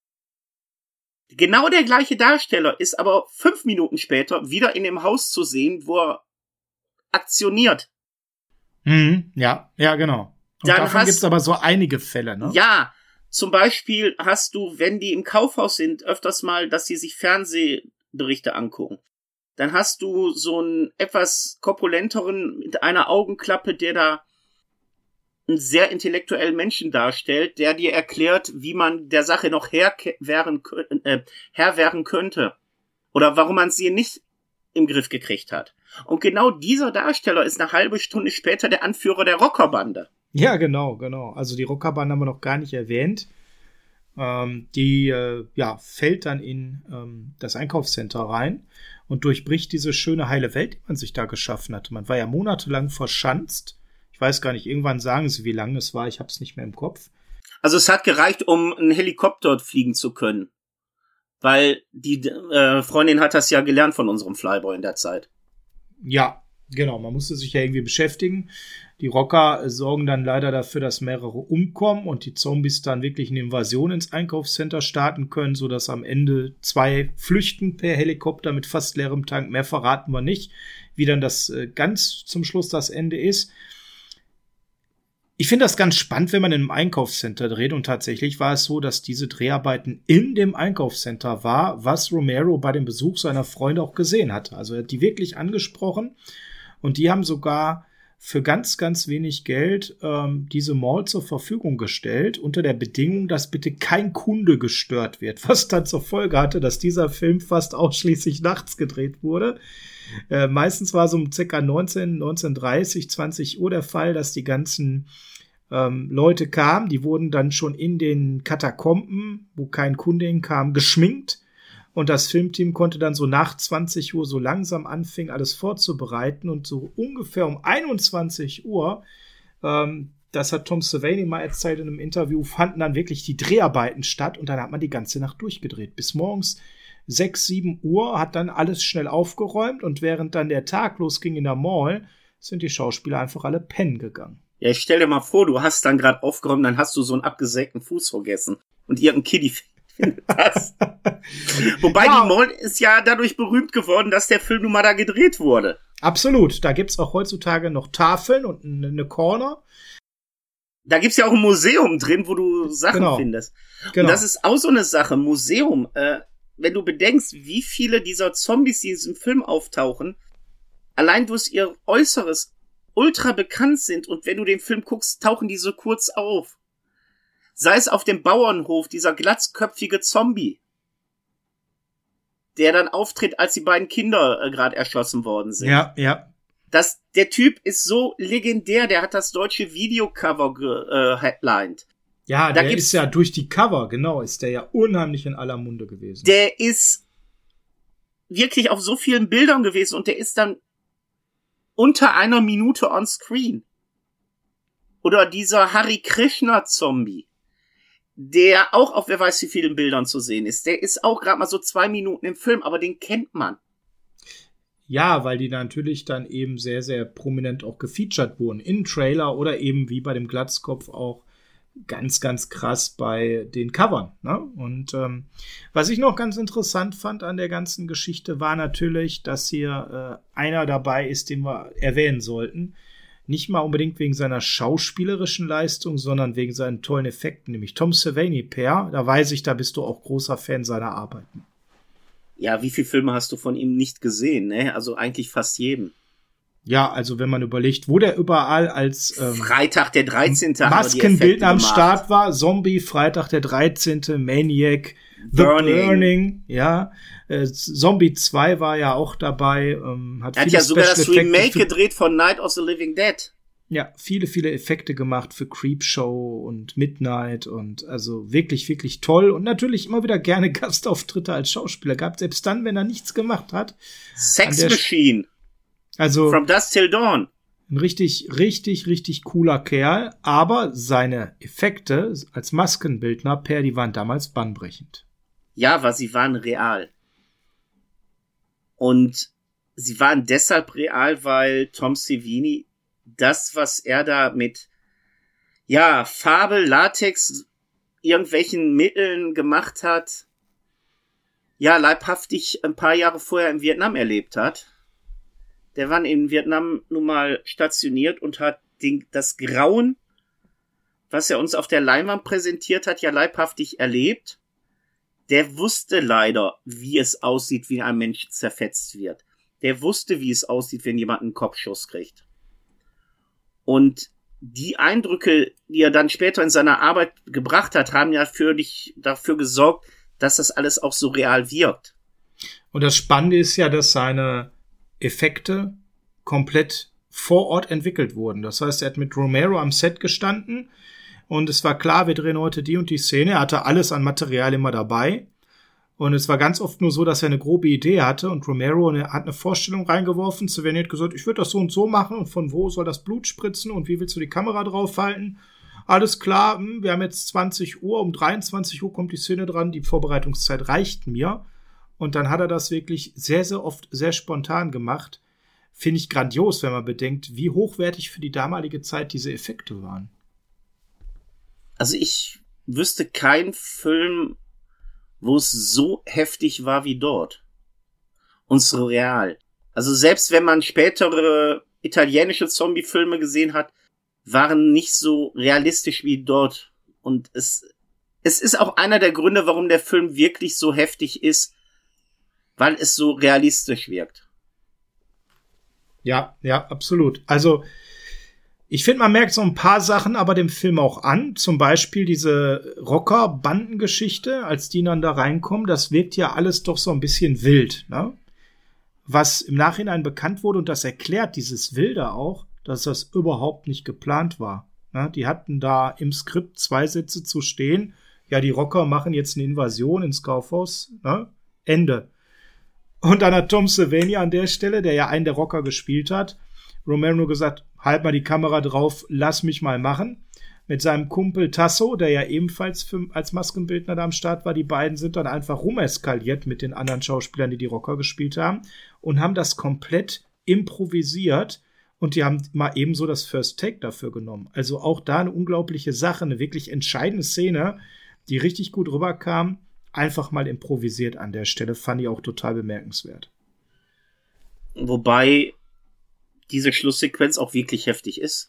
Genau der gleiche Darsteller ist aber fünf Minuten später wieder in dem Haus zu sehen, wo er aktioniert. Mhm, ja, ja, genau. Und Dann davon hast- gibt's aber so einige Fälle, ne? Ja, zum Beispiel hast du, wenn die im Kaufhaus sind, öfters mal, dass sie sich Fernsehberichte angucken. Dann hast du so einen etwas korpulenteren mit einer Augenklappe, der da einen sehr intellektuellen Menschen darstellt, der dir erklärt, wie man der Sache noch Herr werden, äh, Herr werden könnte. Oder warum man sie nicht im Griff gekriegt hat. Und genau dieser Darsteller ist eine halbe Stunde später der Anführer der Rockerbande. Ja, genau, genau. Also die Rockerbande haben wir noch gar nicht erwähnt. Ähm, die äh, ja, fällt dann in ähm, das Einkaufscenter rein und durchbricht diese schöne heile Welt, die man sich da geschaffen hatte. Man war ja monatelang verschanzt. Ich weiß gar nicht, irgendwann sagen sie, wie lange es war. Ich habe es nicht mehr im Kopf. Also es hat gereicht, um einen Helikopter fliegen zu können. Weil die äh, Freundin hat das ja gelernt von unserem Flyboy in der Zeit. Ja, genau. Man musste sich ja irgendwie beschäftigen. Die Rocker sorgen dann leider dafür, dass mehrere umkommen und die Zombies dann wirklich eine Invasion ins Einkaufscenter starten können, sodass am Ende zwei flüchten per Helikopter mit fast leerem Tank. Mehr verraten wir nicht, wie dann das äh, ganz zum Schluss das Ende ist. Ich finde das ganz spannend, wenn man in einem Einkaufscenter dreht. Und tatsächlich war es so, dass diese Dreharbeiten in dem Einkaufscenter war, was Romero bei dem Besuch seiner Freunde auch gesehen hatte. Also er hat die wirklich angesprochen. Und die haben sogar für ganz, ganz wenig Geld ähm, diese Mall zur Verfügung gestellt, unter der Bedingung, dass bitte kein Kunde gestört wird, was dann zur Folge hatte, dass dieser Film fast ausschließlich nachts gedreht wurde. Äh, meistens war so um circa neunzehn, neunzehn Uhr dreißig, zwanzig Uhr der Fall, dass die ganzen ähm, Leute kamen, die wurden dann schon in den Katakomben, wo kein Kunde hinkam, geschminkt. Und das Filmteam konnte dann so nach zwanzig Uhr so langsam anfangen, alles vorzubereiten. Und so ungefähr um einundzwanzig Uhr, ähm, das hat Tom Savini mal erzählt in einem Interview, fanden dann wirklich die Dreharbeiten statt. Und dann hat man die ganze Nacht durchgedreht. Bis morgens sechs, sieben Uhr hat dann alles schnell aufgeräumt. Und während dann der Tag losging in der Mall, sind die Schauspieler einfach alle pennen gegangen. Ja, ich stell dir mal vor, du hast dann gerade aufgeräumt, dann hast du so einen abgesägten Fuß vergessen. Und irgendein Kiddie das. Wobei ja. Die Mall ist ja dadurch berühmt geworden, dass der Film nun mal da gedreht wurde. Absolut. Da gibt's auch heutzutage noch Tafeln und eine Corner. Da gibt's ja auch ein Museum drin, wo du Sachen genau. findest. Genau. Und das ist auch so eine Sache. Museum. Äh, wenn du bedenkst, wie viele dieser Zombies, die in diesem Film auftauchen, allein durch ihr Äußeres ultra bekannt sind. Und wenn du den Film guckst, tauchen die so kurz auf. Sei es auf dem Bauernhof, dieser glatzköpfige Zombie, der dann auftritt, als die beiden Kinder äh, gerade erschossen worden sind. Ja, ja. Das, der Typ ist so legendär, der hat das deutsche Videocover geheadlined. Äh, ja, da der ist ja durch die Cover, genau, ist der ja unheimlich in aller Munde gewesen. Der ist wirklich auf so vielen Bildern gewesen und der ist dann unter einer Minute on screen. Oder dieser Hare Krishna-Zombie, der auch auf wer weiß wie vielen Bildern zu sehen ist. Der ist auch gerade mal so zwei Minuten im Film, aber den kennt man. Ja, weil die natürlich dann eben sehr, sehr prominent auch gefeatured wurden. In Trailer oder eben wie bei dem Glatzkopf auch ganz, ganz krass bei den Covern. Ne? Und ähm, was ich noch ganz interessant fand an der ganzen Geschichte war natürlich, dass hier äh, einer dabei ist, den wir erwähnen sollten. Nicht mal unbedingt wegen seiner schauspielerischen Leistung, sondern wegen seinen tollen Effekten, nämlich Tom Savini, Per. Da weiß ich, da bist du auch großer Fan seiner Arbeiten. Ja, wie viele Filme hast du von ihm nicht gesehen, ne? Also eigentlich fast jeden. Ja, also wenn man überlegt, wo der überall als ähm, Freitag der dreizehnte Maskenbildner am Start war, Zombie, Freitag der dreizehnte, Maniac, The Burning, Burning ja. Äh, Zombie zwei war ja auch dabei. Ähm, hat er hat ja sogar das Remake gedreht von Night of the Living Dead. Ja, viele, viele Effekte gemacht für Creepshow und Midnight und also wirklich, wirklich toll. Und natürlich immer wieder gerne Gastauftritte als Schauspieler gehabt, selbst dann, wenn er nichts gemacht hat. Sex Machine. Also From Dusk Till Dawn. Ein richtig, richtig, richtig cooler Kerl. Aber seine Effekte als Maskenbildner, Per, die waren damals bahnbrechend. Ja, weil sie waren real. Und sie waren deshalb real, weil Tom Savini das, was er da mit, ja, Farbe, Latex, irgendwelchen Mitteln gemacht hat, ja, leibhaftig ein paar Jahre vorher in Vietnam erlebt hat. Der war in Vietnam nun mal stationiert und hat den, das Grauen, was er uns auf der Leinwand präsentiert hat, ja leibhaftig erlebt. Der wusste leider, wie es aussieht, wie ein Mensch zerfetzt wird. Der wusste, wie es aussieht, wenn jemand einen Kopfschuss kriegt. Und die Eindrücke, die er dann später in seiner Arbeit gebracht hat, haben ja für dich dafür gesorgt, dass das alles auch so real wirkt. Und das Spannende ist ja, dass seine Effekte komplett vor Ort entwickelt wurden. Das heißt, er hat mit Romero am Set gestanden und es war klar, wir drehen heute die und die Szene. Er hatte alles an Material immer dabei. Und es war ganz oft nur so, dass er eine grobe Idee hatte und Romero hat eine Vorstellung reingeworfen. Savini hat gesagt, ich würde das so und so machen und von wo soll das Blut spritzen und wie willst du die Kamera draufhalten? Alles klar, wir haben jetzt zwanzig Uhr, um dreiundzwanzig Uhr kommt die Szene dran, die Vorbereitungszeit reicht mir. Und dann hat er das wirklich sehr, sehr oft sehr spontan gemacht. Finde ich grandios, wenn man bedenkt, wie hochwertig für die damalige Zeit diese Effekte waren. Also ich wüsste keinen Film, wo es so heftig war wie dort. Und so real. Also selbst wenn man spätere italienische Zombie-Filme gesehen hat, waren nicht so realistisch wie dort. Und es, es ist auch einer der Gründe, warum der Film wirklich so heftig ist, weil es so realistisch wirkt. Ja, ja, absolut. Also Ich finde, man merkt so ein paar Sachen aber dem Film auch an. Zum Beispiel diese Rocker-Bandengeschichte, als die dann da reinkommen. Das wirkt ja alles doch so ein bisschen wild, ne? Was im Nachhinein bekannt wurde, und das erklärt dieses Wilde auch, dass das überhaupt nicht geplant war. Ne? Die hatten da im Skript zwei Sätze zu stehen. Ja, die Rocker machen jetzt eine Invasion ins Kaufhaus. Ne? Ende. Und dann hat Tom Savini an der Stelle, der ja einen der Rocker gespielt hat, Romero gesagt, halt mal die Kamera drauf, lass mich mal machen. Mit seinem Kumpel Tasso, der ja ebenfalls für, als Maskenbildner da am Start war, die beiden sind dann einfach rumeskaliert mit den anderen Schauspielern, die die Rocker gespielt haben, und haben das komplett improvisiert, und die haben mal ebenso das First Take dafür genommen. Also auch da eine unglaubliche Sache, eine wirklich entscheidende Szene, die richtig gut rüberkam, einfach mal improvisiert an der Stelle, fand ich auch total bemerkenswert. Wobei diese Schlusssequenz auch wirklich heftig ist.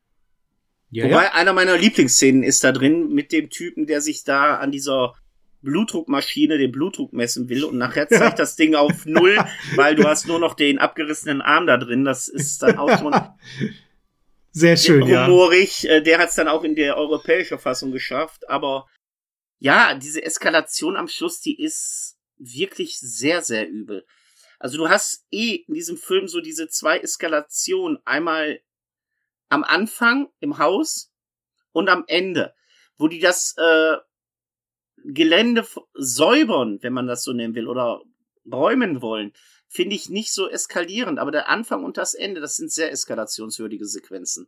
Ja, Wobei ja. einer meiner Lieblingsszenen ist da drin mit dem Typen, der sich da an dieser Blutdruckmaschine den Blutdruck messen will und nachher zeigt ja. das Ding auf null, weil du hast nur noch den abgerissenen Arm da drin. Das ist dann auch schon sehr schön, humorig. Ja. Der hat es dann auch in der europäischen Fassung geschafft. Aber ja, diese Eskalation am Schluss, die ist wirklich sehr, sehr übel. Also du hast eh in diesem Film so diese zwei Eskalationen. Einmal am Anfang im Haus und am Ende, wo die das äh, Gelände säubern, wenn man das so nennen will, oder räumen wollen, finde ich nicht so eskalierend. Aber der Anfang und das Ende, das sind sehr eskalationswürdige Sequenzen.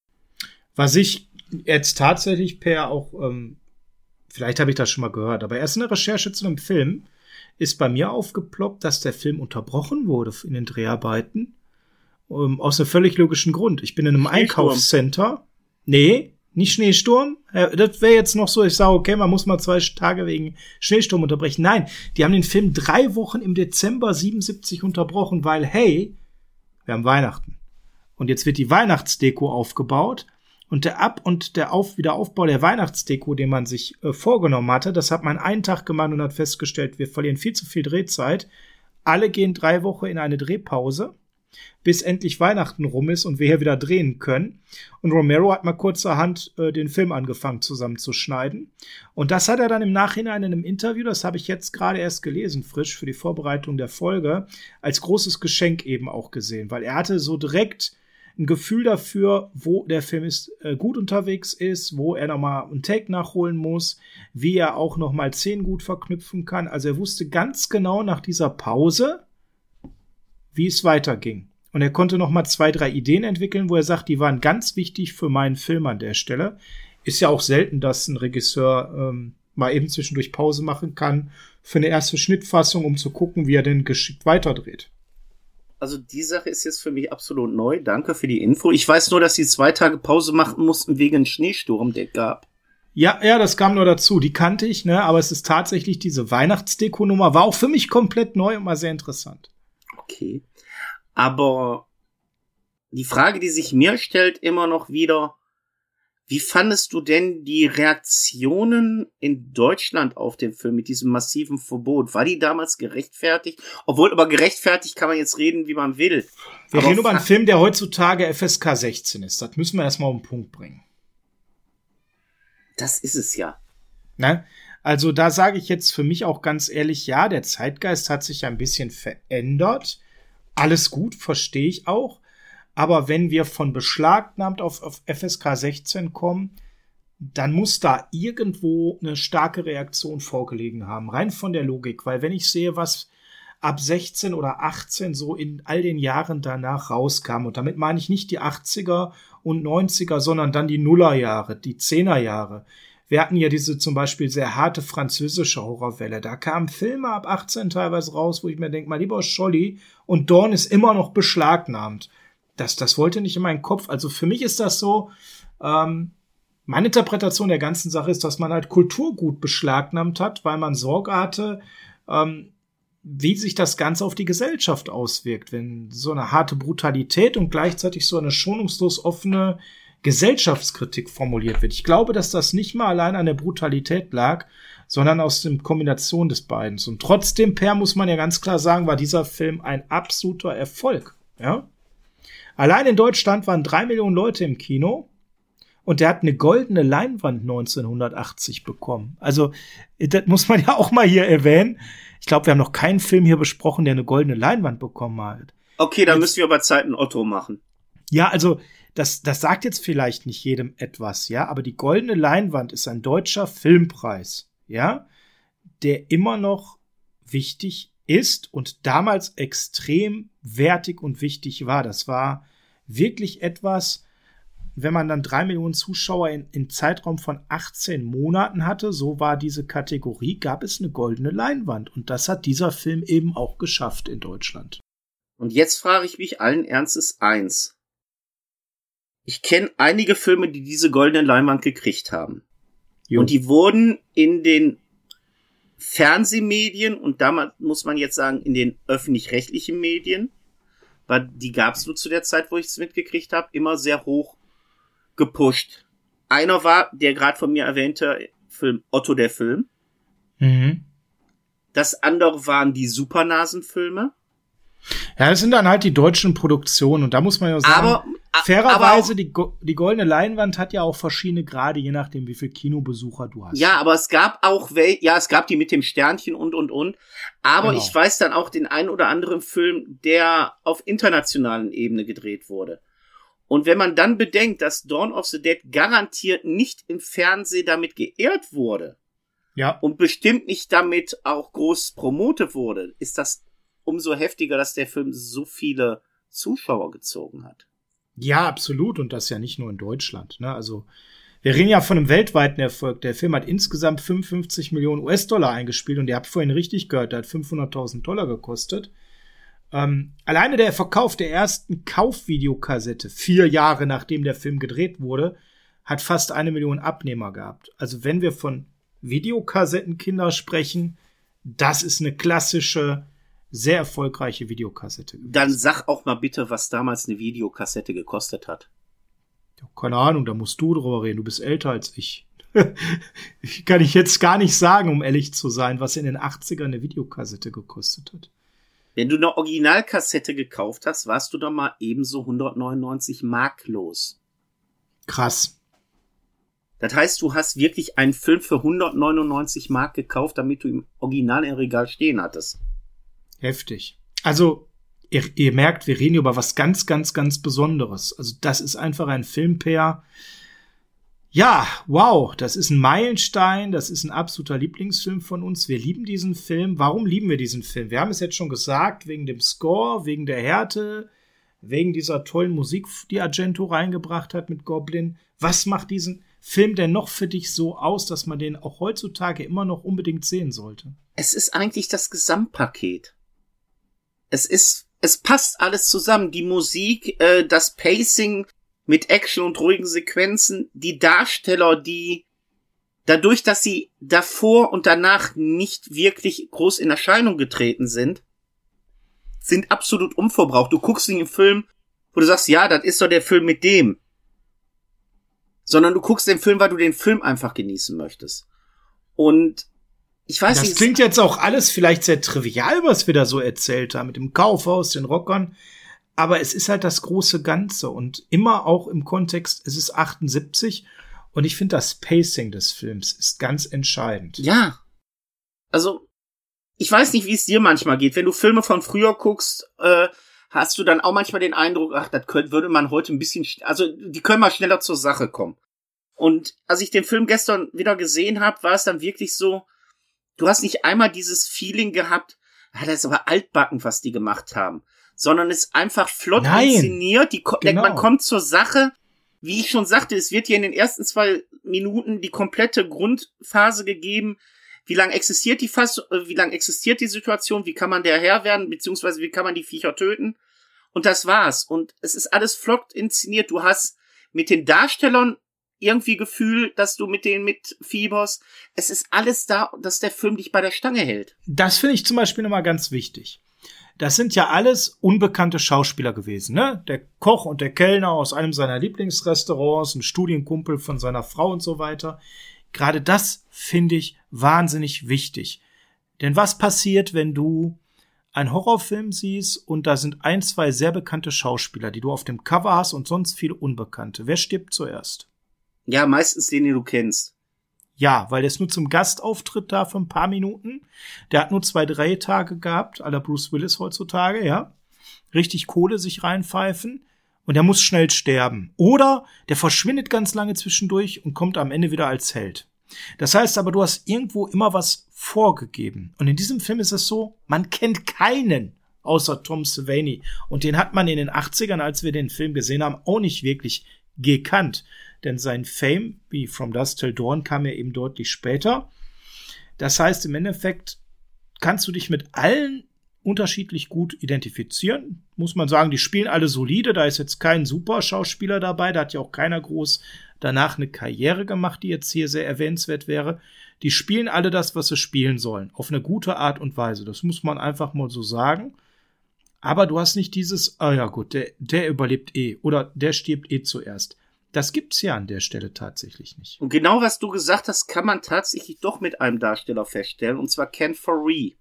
Was ich jetzt tatsächlich per auch, ähm, vielleicht habe ich das schon mal gehört, aber erst in der Recherche zu einem Film ist bei mir aufgeploppt, dass der Film unterbrochen wurde in den Dreharbeiten. Um, aus einem völlig logischen Grund. Ich bin in einem Einkaufscenter. Nee, nicht Schneesturm. Das wäre jetzt noch so, ich sage, okay, man muss mal zwei Tage wegen Schneesturm unterbrechen. Nein, die haben den Film drei Wochen im Dezember siebenundsiebzig unterbrochen, weil, hey, wir haben Weihnachten. Und jetzt wird die Weihnachtsdeko aufgebaut. Und der Ab- und der Auf- Wiederaufbau der Weihnachtsdeko, den man sich äh, vorgenommen hatte, das hat man einen Tag gemacht und hat festgestellt, wir verlieren viel zu viel Drehzeit. Alle gehen drei Wochen in eine Drehpause, bis endlich Weihnachten rum ist und wir hier wieder drehen können. Und Romero hat mal kurzerhand äh, den Film angefangen zusammenzuschneiden. Und das hat er dann im Nachhinein in einem Interview, das habe ich jetzt gerade erst gelesen, frisch für die Vorbereitung der Folge, als großes Geschenk eben auch gesehen. Weil er hatte so direkt ein Gefühl dafür, wo der Film ist, äh, gut unterwegs ist, wo er nochmal einen Take nachholen muss, wie er auch nochmal Szenen gut verknüpfen kann. Also er wusste ganz genau nach dieser Pause, wie es weiterging. Und er konnte noch mal zwei, drei Ideen entwickeln, wo er sagt, die waren ganz wichtig für meinen Film an der Stelle. Ist ja auch selten, dass ein Regisseur ähm, mal eben zwischendurch Pause machen kann für eine erste Schnittfassung, um zu gucken, wie er denn geschickt weiterdreht. Also die Sache ist jetzt für mich absolut neu. Danke für die Info. Ich weiß nur, dass sie zwei Tage Pause machen mussten wegen einem Schneesturm, der gab. Ja, ja, das kam nur dazu. Die kannte ich, ne? Aber es ist tatsächlich diese Weihnachtsdeko-Nummer. War auch für mich komplett neu und mal sehr interessant. Okay. Aber die Frage, die sich mir stellt, immer noch wieder, wie fandest du denn die Reaktionen in Deutschland auf den Film mit diesem massiven Verbot? War die damals gerechtfertigt? Obwohl, über gerechtfertigt kann man jetzt reden, wie man will. Wir reden über einen Film, der heutzutage F S K sechzehn ist. Das müssen wir erstmal auf den Punkt bringen. Das ist es ja. Ne? Also da sage ich jetzt für mich auch ganz ehrlich, ja, der Zeitgeist hat sich ein bisschen verändert. Alles gut, verstehe ich auch. Aber wenn wir von beschlagnahmt auf, auf F S K sechzehn kommen, dann muss da irgendwo eine starke Reaktion vorgelegen haben. Rein von der Logik. Weil wenn ich sehe, was ab sechzehn oder achtzehn so in all den Jahren danach rauskam, und damit meine ich nicht die achtziger und neunziger, sondern dann die Nullerjahre, die Zehnerjahre. Wir hatten ja diese zum Beispiel sehr harte französische Horrorwelle. Da kamen Filme ab achtzehn teilweise raus, wo ich mir denke, mein lieber Scholli, und Dawn ist immer noch beschlagnahmt. Das, das wollte nicht in meinen Kopf. Also für mich ist das so, ähm, meine Interpretation der ganzen Sache ist, dass man halt Kulturgut beschlagnahmt hat, weil man Sorge hatte, ähm, wie sich das Ganze auf die Gesellschaft auswirkt, wenn so eine harte Brutalität und gleichzeitig so eine schonungslos offene Gesellschaftskritik formuliert wird. Ich glaube, dass das nicht mal allein an der Brutalität lag, sondern aus der Kombination des beiden. Und trotzdem, Per, muss man ja ganz klar sagen, war dieser Film ein absoluter Erfolg. Ja? Allein in Deutschland waren drei Millionen Leute im Kino und der hat eine goldene Leinwand neunzehnhundertachtzig bekommen. Also, das muss man ja auch mal hier erwähnen. Ich glaube, wir haben noch keinen Film hier besprochen, der eine goldene Leinwand bekommen hat. Okay, dann jetzt müssen wir aber Zeit ein Otto machen. Ja, also, das, das sagt jetzt vielleicht nicht jedem etwas, ja, aber die goldene Leinwand ist ein deutscher Filmpreis, ja, der immer noch wichtig ist und damals extrem wertig und wichtig war. Das war wirklich etwas, wenn man dann drei Millionen Zuschauer in, in Zeitraum von achtzehn Monaten hatte, so war diese Kategorie, gab es eine goldene Leinwand. Und das hat dieser Film eben auch geschafft in Deutschland. Und jetzt frage ich mich allen Ernstes eins. Ich kenne einige Filme, die diese goldene Leinwand gekriegt haben. Jo. Und die wurden in den Fernsehmedien und damals muss man jetzt sagen, in den öffentlich-rechtlichen Medien, weil die gab es nur zu der Zeit, wo ich es mitgekriegt habe, immer sehr hoch gepusht. Einer war der gerade von mir erwähnte Film Otto der Film. Mhm. Das andere waren die Supernasen-Filme. Ja, das sind dann halt die deutschen Produktionen und da muss man ja sagen, aber, fairerweise, aber, die, die goldene Leinwand hat ja auch verschiedene Grade, je nachdem, wie viel Kinobesucher du hast. Ja, aber es gab auch, wel- ja, es gab die mit dem Sternchen und, und, und. Aber genau. Ich weiß dann auch den einen oder anderen Film, der auf internationalen Ebene gedreht wurde. Und wenn man dann bedenkt, dass Dawn of the Dead garantiert nicht im Fernsehen damit geehrt wurde. Ja. Und bestimmt nicht damit auch groß promotet wurde, ist das umso heftiger, dass der Film so viele Zuschauer gezogen hat. Ja, absolut. Und das ja nicht nur in Deutschland. Ne? Also wir reden ja von einem weltweiten Erfolg. Der Film hat insgesamt fünfundfünfzig Millionen U S-Dollar eingespielt. Und ihr habt vorhin richtig gehört, der hat fünfhunderttausend Dollar gekostet. Ähm, alleine der Verkauf der ersten Kaufvideokassette, vier Jahre nachdem der Film gedreht wurde, hat fast eine Million Abnehmer gehabt. Also wenn wir von Videokassettenkinder sprechen, das ist eine klassische, sehr erfolgreiche Videokassette gewesen. Dann sag auch mal bitte, was damals eine Videokassette gekostet hat. Ja, keine Ahnung, da musst du drüber reden. Du bist älter als ich. Kann ich jetzt gar nicht sagen, um ehrlich zu sein, was in den achtzigern eine Videokassette gekostet hat. Wenn du eine Originalkassette gekauft hast, warst du doch mal ebenso hundertneunundneunzig Mark los. Krass. Das heißt, du hast wirklich einen Film für hundertneunundneunzig Mark gekauft, damit du im Original im Regal stehen hattest. Heftig. Also, ihr, ihr merkt, wir reden über was ganz, ganz, ganz Besonderes. Also, das ist einfach ein Filmpair. Ja, wow, das ist ein Meilenstein, das ist ein absoluter Lieblingsfilm von uns. Wir lieben diesen Film. Warum lieben wir diesen Film? Wir haben es jetzt schon gesagt, wegen dem Score, wegen der Härte, wegen dieser tollen Musik, die Argento reingebracht hat mit Goblin. Was macht diesen Film denn noch für dich so aus, dass man den auch heutzutage immer noch unbedingt sehen sollte? Es ist eigentlich das Gesamtpaket. Es ist, es passt alles zusammen. Die Musik, äh, das Pacing mit Action und ruhigen Sequenzen, die Darsteller, die dadurch, dass sie davor und danach nicht wirklich groß in Erscheinung getreten sind, sind absolut unverbraucht. Du guckst in den Film, wo du sagst, ja, das ist doch der Film mit dem. Sondern du guckst den Film, weil du den Film einfach genießen möchtest. Und ich weiß nicht. Das klingt jetzt auch alles vielleicht sehr trivial, was wir da so erzählt haben, mit dem Kaufhaus, den Rockern. Aber es ist halt das große Ganze und immer auch im Kontext, es ist achtundsiebzig und ich finde, das Pacing des Films ist ganz entscheidend. Ja. Also, ich weiß nicht, wie es dir manchmal geht. Wenn du Filme von früher guckst, äh, hast du dann auch manchmal den Eindruck, ach, das könnte, würde man heute ein bisschen, also die können mal schneller zur Sache kommen. Und als ich den Film gestern wieder gesehen habe, war es dann wirklich so, du hast nicht einmal dieses Feeling gehabt, ah, das ist aber altbacken, was die gemacht haben. Sondern es ist einfach flott Nein, inszeniert. Die, genau. Man kommt zur Sache. Wie ich schon sagte, es wird hier in den ersten zwei Minuten die komplette Grundphase gegeben. Wie lange existiert die Fass, wie lange existiert die Situation? Wie kann man der Herr werden? Beziehungsweise wie kann man die Viecher töten? Und das war's. Und es ist alles flott inszeniert. Du hast mit den Darstellern irgendwie Gefühl, dass du mit denen mitfieberst. Es ist alles da, dass der Film dich bei der Stange hält. Das finde ich zum Beispiel nochmal ganz wichtig. Das sind ja alles unbekannte Schauspieler gewesen, ne? Der Koch und der Kellner aus einem seiner Lieblingsrestaurants, ein Studienkumpel von seiner Frau und so weiter. Gerade das finde ich wahnsinnig wichtig. Denn was passiert, wenn du einen Horrorfilm siehst und da sind ein, zwei sehr bekannte Schauspieler, die du auf dem Cover hast und sonst viele Unbekannte. Wer stirbt zuerst? Ja, meistens den, den du kennst. Ja, weil der ist nur zum Gastauftritt da für ein paar Minuten. Der hat nur zwei Drehtage gehabt, à la Bruce Willis heutzutage, ja. Richtig Kohle sich reinpfeifen. Und der muss schnell sterben. Oder der verschwindet ganz lange zwischendurch und kommt am Ende wieder als Held. Das heißt aber, du hast irgendwo immer was vorgegeben. Und in diesem Film ist es so, man kennt keinen außer Tom Savini. Und den hat man in den achtzigern, als wir den Film gesehen haben, auch nicht wirklich gekannt. Denn sein Fame, wie From Dusk Till Dawn, kam ja eben deutlich später. Das heißt, im Endeffekt kannst du dich mit allen unterschiedlich gut identifizieren. Muss man sagen, die spielen alle solide. Da ist jetzt kein Super-Schauspieler dabei. Da hat ja auch keiner groß danach eine Karriere gemacht, die jetzt hier sehr erwähnenswert wäre. Die spielen alle das, was sie spielen sollen. Auf eine gute Art und Weise. Das muss man einfach mal so sagen. Aber du hast nicht dieses, ah ja gut, der, der überlebt eh. Oder der stirbt eh zuerst. Das gibt's ja an der Stelle tatsächlich nicht. Und genau was du gesagt hast, kann man tatsächlich doch mit einem Darsteller feststellen. Und zwar Ken Foree.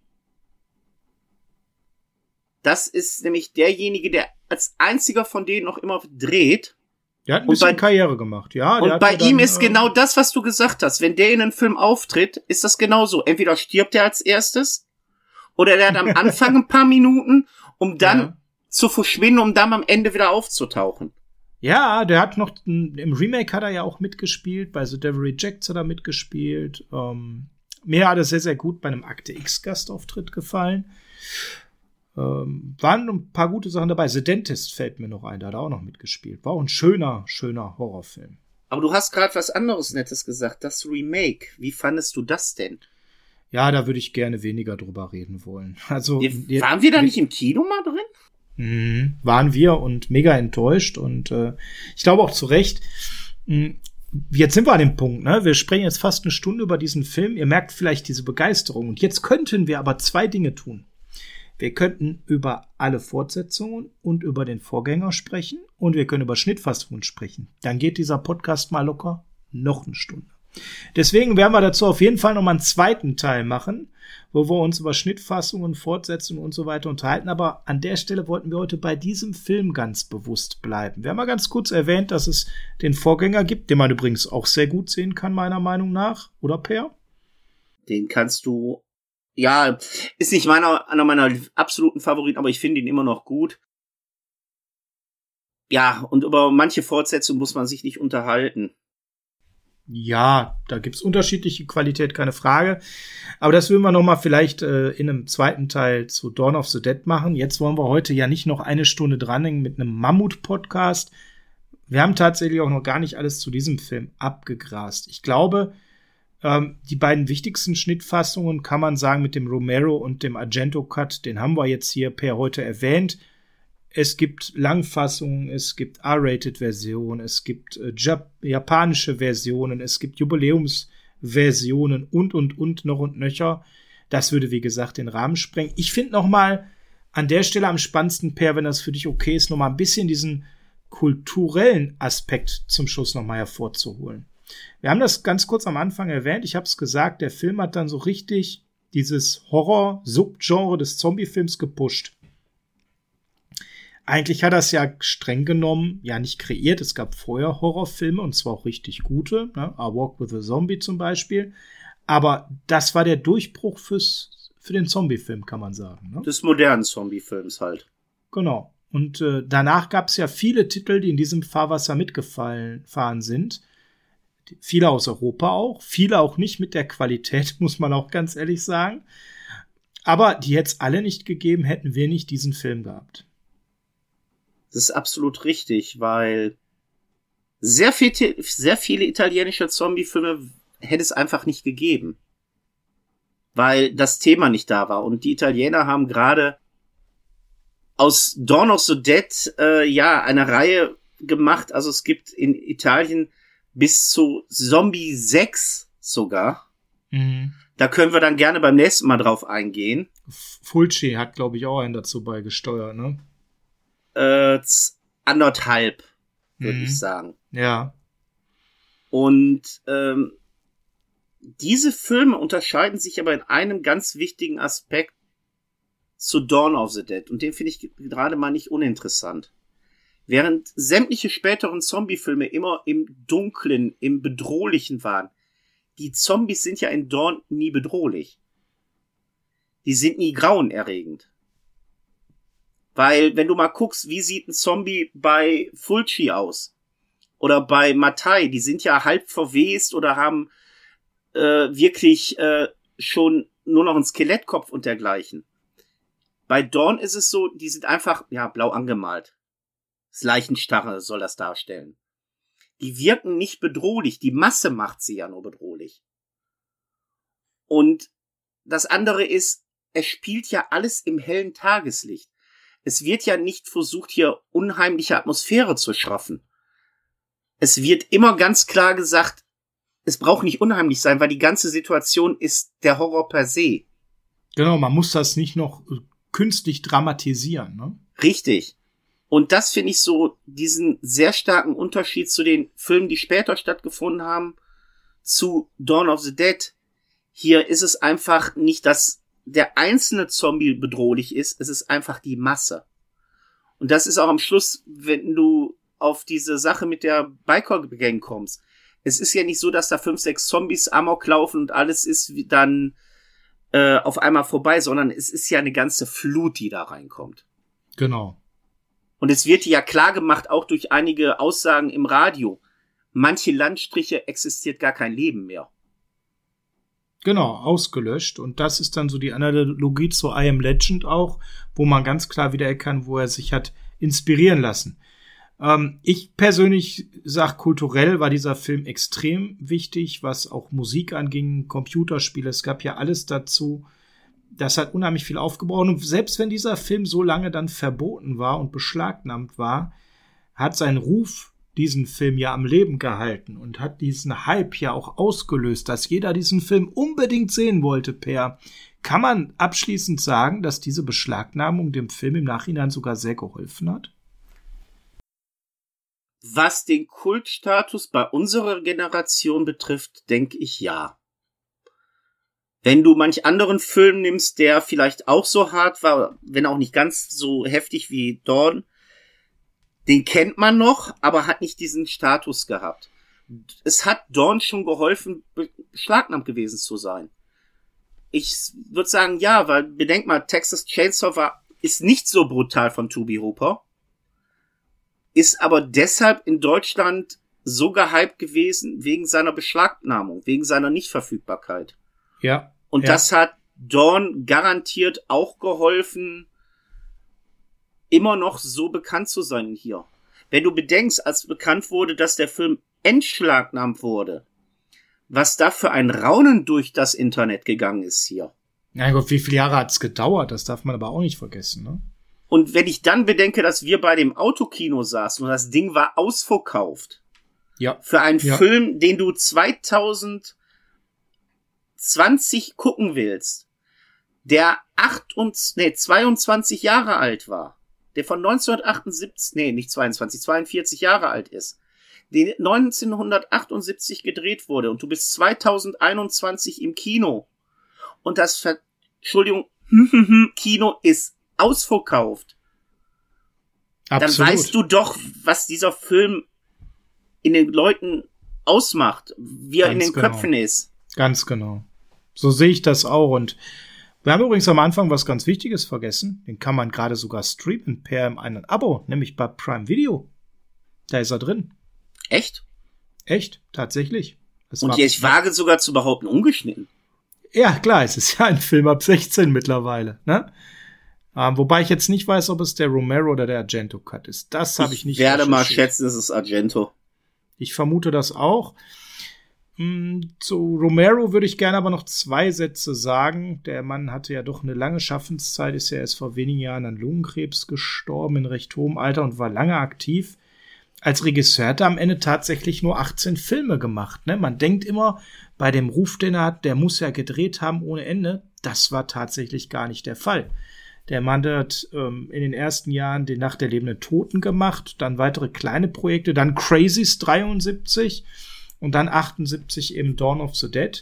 Das ist nämlich derjenige, der als einziger von denen noch immer dreht. Der hat ein bisschen bei, Karriere gemacht, ja. Und bei ihm dann, ist äh, genau das, was du gesagt hast. Wenn der in einem Film auftritt, ist das genauso. Entweder stirbt er als erstes oder der hat am Anfang ein paar Minuten, um dann ja. zu verschwinden, um dann am Ende wieder aufzutauchen. Ja, der hat noch, im Remake hat er ja auch mitgespielt, bei The Devil Rejects hat er mitgespielt. Ähm, mir hat es sehr, sehr gut bei einem Akte X-Gastauftritt gefallen. Ähm, waren ein paar gute Sachen dabei. The Dentist fällt mir noch ein, da hat er auch noch mitgespielt. War auch ein schöner, schöner Horrorfilm. Aber du hast gerade was anderes Nettes gesagt, das Remake. Wie fandest du das denn? Ja, da würde ich gerne weniger drüber reden wollen. Also wir, waren wir da nicht im Kino mal drin? Mhm, waren wir und mega enttäuscht und äh, ich glaube auch zu Recht. Mh, jetzt sind wir an dem Punkt, ne? Wir sprechen jetzt fast eine Stunde über diesen Film. Ihr merkt vielleicht diese Begeisterung. Und jetzt könnten wir aber zwei Dinge tun. Wir könnten über alle Fortsetzungen und über den Vorgänger sprechen und wir können über Schnittfassungen sprechen. Dann geht dieser Podcast mal locker noch eine Stunde. Deswegen werden wir dazu auf jeden Fall noch mal einen zweiten Teil machen, wo wir uns über Schnittfassungen, Fortsetzungen und so weiter unterhalten. Aber an der Stelle wollten wir heute bei diesem Film ganz bewusst bleiben. Wir haben mal ganz kurz erwähnt, dass es den Vorgänger gibt, den man übrigens auch sehr gut sehen kann, meiner Meinung nach. Oder, Per? Den kannst du... Ja, ist nicht meiner, einer meiner absoluten Favoriten, aber ich finde ihn immer noch gut. Ja, und über manche Fortsetzungen muss man sich nicht unterhalten. Ja, da gibt's unterschiedliche Qualität, keine Frage. Aber das würden wir noch mal vielleicht äh, in einem zweiten Teil zu Dawn of the Dead machen. Jetzt wollen wir heute ja nicht noch eine Stunde dranhängen mit einem Mammut-Podcast. Wir haben tatsächlich auch noch gar nicht alles zu diesem Film abgegrast. Ich glaube, ähm, die beiden wichtigsten Schnittfassungen kann man sagen mit dem Romero und dem Argento-Cut. Den haben wir jetzt hier per heute erwähnt. Es gibt Langfassungen, es gibt R-Rated-Versionen, es gibt äh, Jap- japanische Versionen, es gibt Jubiläumsversionen und, und, und, noch und nöcher. Das würde, wie gesagt, den Rahmen sprengen. Ich finde noch mal an der Stelle am spannendsten, Per, wenn das für dich okay ist, noch mal ein bisschen diesen kulturellen Aspekt zum Schluss noch mal hervorzuholen. Wir haben das ganz kurz am Anfang erwähnt. Ich habe es gesagt, der Film hat dann so richtig dieses Horror-Subgenre des Zombie-Films gepusht. Eigentlich hat er es ja streng genommen ja nicht kreiert. Es gab vorher Horrorfilme und zwar auch richtig gute, ne? I Walk with a Zombie zum Beispiel. Aber das war der Durchbruch fürs, für den Zombie-Film, kann man sagen. Ne? Des modernen Zombie-Films halt. Genau. Und äh, danach gab es ja viele Titel, die in diesem Fahrwasser mitgefahren sind. Viele aus Europa auch. Viele auch nicht mit der Qualität, muss man auch ganz ehrlich sagen. Aber die hätte es alle nicht gegeben, hätten wir nicht diesen Film gehabt. Das ist absolut richtig, weil sehr viel, sehr viele italienische Zombie-Filme hätte es einfach nicht gegeben. Weil das Thema nicht da war. Und die Italiener haben gerade aus Dawn of the Dead äh, ja eine Reihe gemacht. Also es gibt in Italien bis zu Zombie sechs sogar. Mhm. Da können wir dann gerne beim nächsten Mal drauf eingehen. Fulci hat, glaube ich, auch einen dazu beigesteuert, ne? Äh, anderthalb, würde mhm. ich sagen. Ja. Und ähm, diese Filme unterscheiden sich aber in einem ganz wichtigen Aspekt zu Dawn of the Dead. Und den finde ich gerade mal nicht uninteressant. Während sämtliche späteren Zombie-Filme immer im Dunklen, im Bedrohlichen waren, die Zombies sind ja in Dawn nie bedrohlich. Die sind nie grauenerregend. Weil, wenn du mal guckst, wie sieht ein Zombie bei Fulci aus? Oder bei Matai, die sind ja halb verwest oder haben äh, wirklich äh, schon nur noch einen Skelettkopf und dergleichen. Bei Dawn ist es so, die sind einfach, ja, blau angemalt. Das Leichenstarre soll das darstellen. Die wirken nicht bedrohlich, die Masse macht sie ja nur bedrohlich. Und das andere ist, es spielt ja alles im hellen Tageslicht. Es wird ja nicht versucht, hier unheimliche Atmosphäre zu schaffen. Es wird immer ganz klar gesagt, es braucht nicht unheimlich sein, weil die ganze Situation ist der Horror per se. Genau, man muss das nicht noch künstlich dramatisieren, ne? Richtig. Und das finde ich so diesen sehr starken Unterschied zu den Filmen, die später stattgefunden haben, zu Dawn of the Dead. Hier ist es einfach nicht, dass der einzelne Zombie bedrohlich ist, es ist einfach die Masse. Und das ist auch am Schluss, wenn du auf diese Sache mit der Biker-Gang kommst. Es ist ja nicht so, dass da fünf, sechs Zombies Amok laufen und alles ist dann äh, auf einmal vorbei, sondern es ist ja eine ganze Flut, die da reinkommt. Genau. Und es wird ja klar gemacht, auch durch einige Aussagen im Radio. Manche Landstriche existiert gar kein Leben mehr. Genau, ausgelöscht. Und das ist dann so die Analogie zu I Am Legend auch, wo man ganz klar wiedererkennt, wo er sich hat inspirieren lassen. Ähm, ich persönlich sag, kulturell war dieser Film extrem wichtig, was auch Musik anging, Computerspiele, es gab ja alles dazu. Das hat unheimlich viel aufgebaut. Und selbst wenn dieser Film so lange dann verboten war und beschlagnahmt war, hat sein Ruf diesen Film ja am Leben gehalten und hat diesen Hype ja auch ausgelöst, dass jeder diesen Film unbedingt sehen wollte, Per. Kann man abschließend sagen, dass diese Beschlagnahmung dem Film im Nachhinein sogar sehr geholfen hat? Was den Kultstatus bei unserer Generation betrifft, denke ich ja. Wenn du manch anderen Film nimmst, der vielleicht auch so hart war, wenn auch nicht ganz so heftig wie Dawn, den kennt man noch, aber hat nicht diesen Status gehabt. Es hat Dawn schon geholfen, beschlagnahmt gewesen zu sein. Ich würde sagen, ja, weil bedenk mal, Texas Chainsaw war, ist nicht so brutal von Tobe Hooper, ist aber deshalb in Deutschland so gehypt gewesen wegen seiner Beschlagnahmung, wegen seiner Nichtverfügbarkeit. Ja. Und ja. das hat Dawn garantiert auch geholfen, immer noch so bekannt zu sein hier. Wenn du bedenkst, als bekannt wurde, dass der Film entschlagnahmt wurde, was da für ein Raunen durch das Internet gegangen ist hier. Na Gott, wie viele Jahre hat's gedauert? Das darf man aber auch nicht vergessen, ne? Und wenn ich dann bedenke, dass wir bei dem Autokino saßen und das Ding war ausverkauft. Ja. Für einen ja. Film, den du zweitausendzwanzig gucken willst, der acht und, nee, zweiundzwanzig Jahre alt war, der von neunzehnhundertachtundsiebzig, nee, nicht zweiundzwanzig, zweiundvierzig Jahre alt ist, der neunzehnhundertachtundsiebzig gedreht wurde und du bist zweitausendeinundzwanzig im Kino und das, Ver- Entschuldigung, Kino ist ausverkauft. Absolut. Dann weißt du doch, was dieser Film in den Leuten ausmacht, wie er Ganz in den genau. Köpfen ist. Ganz genau. So sehe ich das auch. Und wir haben übrigens am Anfang was ganz Wichtiges vergessen. Den kann man gerade sogar streamen per einem Abo, nämlich bei Prime Video. Da ist er drin. Echt? Echt, tatsächlich. Das Und war- ich wage sogar zu behaupten, ungeschnitten. Ja, klar, es ist ja ein Film ab sechzehn mittlerweile, ne? Ähm, wobei ich jetzt nicht weiß, ob es der Romero oder der Argento-Cut ist. Das habe ich nicht Ich werde mal recherchiert. schätzen, es ist Argento. Ich vermute das auch. Hm, Zu Romero würde ich gerne aber noch zwei Sätze sagen. Der Mann hatte ja doch eine lange Schaffenszeit, ist ja erst vor wenigen Jahren an Lungenkrebs gestorben in recht hohem Alter und war lange aktiv. Als Regisseur hat er am Ende tatsächlich nur achtzehn Filme gemacht. Ne? Man denkt immer, bei dem Ruf, den er hat, der muss ja gedreht haben ohne Ende. Das war tatsächlich gar nicht der Fall. Der Mann hat ähm, in den ersten Jahren den Nacht der lebenden Toten gemacht, dann weitere kleine Projekte, dann Crazies dreiundsiebzig und dann achtundsiebzig eben Dawn of the Dead.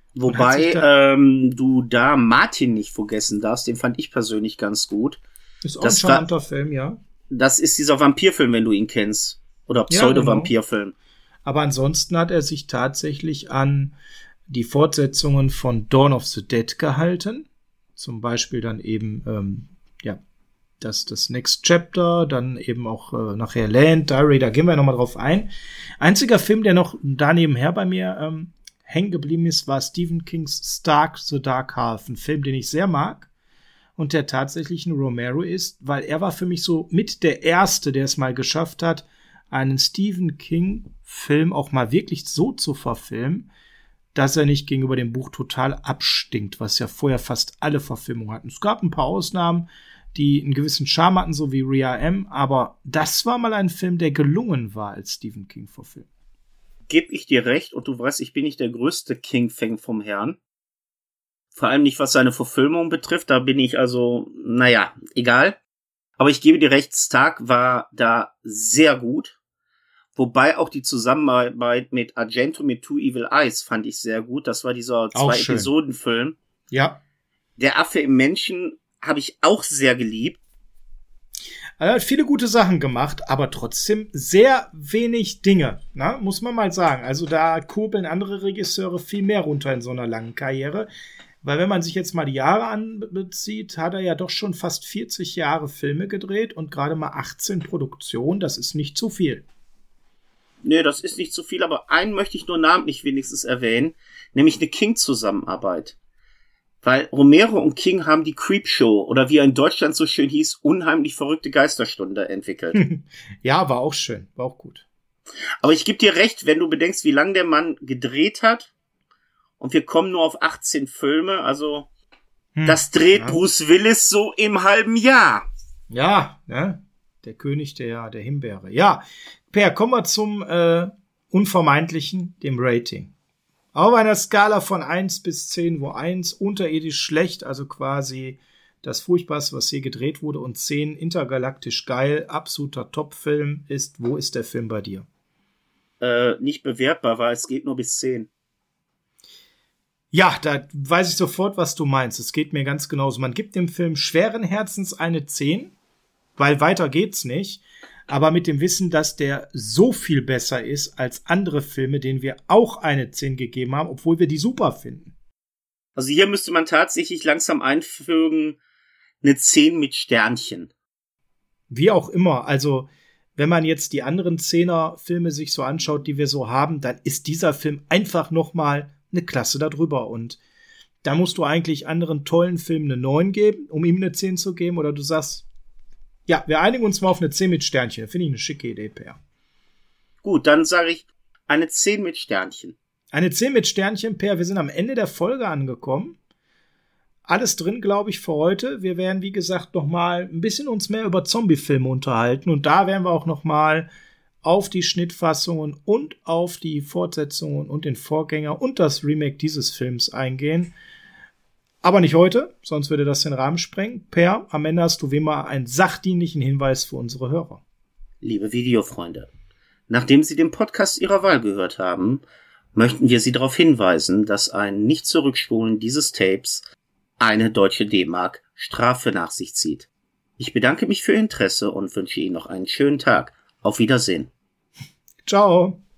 Wobei ähm, du da Martin nicht vergessen darfst, den fand ich persönlich ganz gut. Ist auch das ein charmanter war, Film, ja. Das ist dieser Vampirfilm, wenn du ihn kennst. Oder Pseudo-Vampirfilm. Ja, genau. Aber ansonsten hat er sich tatsächlich an die Fortsetzungen von Dawn of the Dead gehalten. Zum Beispiel dann eben, ähm, ja, das, das Next Chapter, dann eben auch äh, nachher Land, Diary, da gehen wir nochmal drauf ein. Einziger Film, der noch da nebenher bei mir ähm, hängen geblieben ist, war Stephen Kings Stark the Dark Half, ein Film, den ich sehr mag und der tatsächlich ein Romero ist, weil er war für mich so mit der Erste, der es mal geschafft hat, einen Stephen King-Film auch mal wirklich so zu verfilmen, dass er nicht gegenüber dem Buch total abstinkt, was ja vorher fast alle Verfilmungen hatten. Es gab ein paar Ausnahmen, die einen gewissen Charme hatten, so wie Rhea M., aber das war mal ein Film, der gelungen war als Stephen King-Verfilm. Geb ich dir recht, und du weißt, ich bin nicht der größte King-Fan vom Herrn. Vor allem nicht, was seine Verfilmung betrifft, da bin ich also, naja, egal. Aber ich gebe dir recht, Stark war da sehr gut. Wobei auch die Zusammenarbeit mit Argento mit Two Evil Eyes fand ich sehr gut. Das war dieser Zwei-Episoden-Film. Ja. Der Affe im Menschen habe ich auch sehr geliebt. Er hat viele gute Sachen gemacht, aber trotzdem sehr wenig Dinge, na, muss man mal sagen. Also da kurbeln andere Regisseure viel mehr runter in so einer langen Karriere. Weil wenn man sich jetzt mal die Jahre anbezieht, hat er ja doch schon fast vierzig Jahre Filme gedreht und gerade mal achtzehn Produktionen. Das ist nicht zu viel. Nee, das ist nicht zu viel, aber einen möchte ich nur namentlich wenigstens erwähnen, nämlich eine King-Zusammenarbeit. Weil Romero und King haben die Creepshow, oder wie er in Deutschland so schön hieß, unheimlich verrückte Geisterstunde entwickelt. Ja, war auch schön, war auch gut. Aber ich gebe dir recht, wenn du bedenkst, wie lange der Mann gedreht hat, und wir kommen nur auf achtzehn Filme, also hm, das dreht ja. Bruce Willis so im halben Jahr. Ja, ne? Der König der, der Himbeere. Ja, Per, kommen wir zum äh, Unvermeidlichen, dem Rating. Auf einer Skala von eins bis zehn, wo eins unterirdisch schlecht, also quasi das Furchtbarste, was je gedreht wurde, und zehn intergalaktisch geil, absoluter Top-Film ist, wo ist der Film bei dir? Äh, nicht bewertbar, weil es geht nur bis zehn. Ja, da weiß ich sofort, was du meinst. Es geht mir ganz genauso. Man gibt dem Film schweren Herzens eine zehn, weil weiter geht's nicht. Aber mit dem Wissen, dass der so viel besser ist als andere Filme, denen wir auch eine zehn gegeben haben, obwohl wir die super finden. Also hier müsste man tatsächlich langsam einfügen, eine zehn mit Sternchen. Wie auch immer. Also, wenn man jetzt die anderen Zehner-Filme sich so anschaut, die wir so haben, dann ist dieser Film einfach noch mal eine Klasse darüber. Und da musst du eigentlich anderen tollen Filmen eine neun geben, um ihm eine zehn zu geben. Oder du sagst, ja, wir einigen uns mal auf eine zehn mit Sternchen. Finde ich eine schicke Idee, Per. Gut, dann sage ich eine zehn mit Sternchen. Eine zehn mit Sternchen, Per. Wir sind am Ende der Folge angekommen. Alles drin, glaube ich, für heute. Wir werden, wie gesagt, noch mal ein bisschen uns mehr über Zombie-Filme unterhalten. Und da werden wir auch noch mal auf die Schnittfassungen und auf die Fortsetzungen und den Vorgänger und das Remake dieses Films eingehen. Aber nicht heute, sonst würde das den Rahmen sprengen. Per, am Ende hast du wie immer einen sachdienlichen Hinweis für unsere Hörer. Liebe Videofreunde, nachdem Sie den Podcast Ihrer Wahl gehört haben, möchten wir Sie darauf hinweisen, dass ein Nicht-Zurückspulen dieses Tapes eine deutsche D-Mark Strafe nach sich zieht. Ich bedanke mich für Ihr Interesse und wünsche Ihnen noch einen schönen Tag. Auf Wiedersehen. Ciao.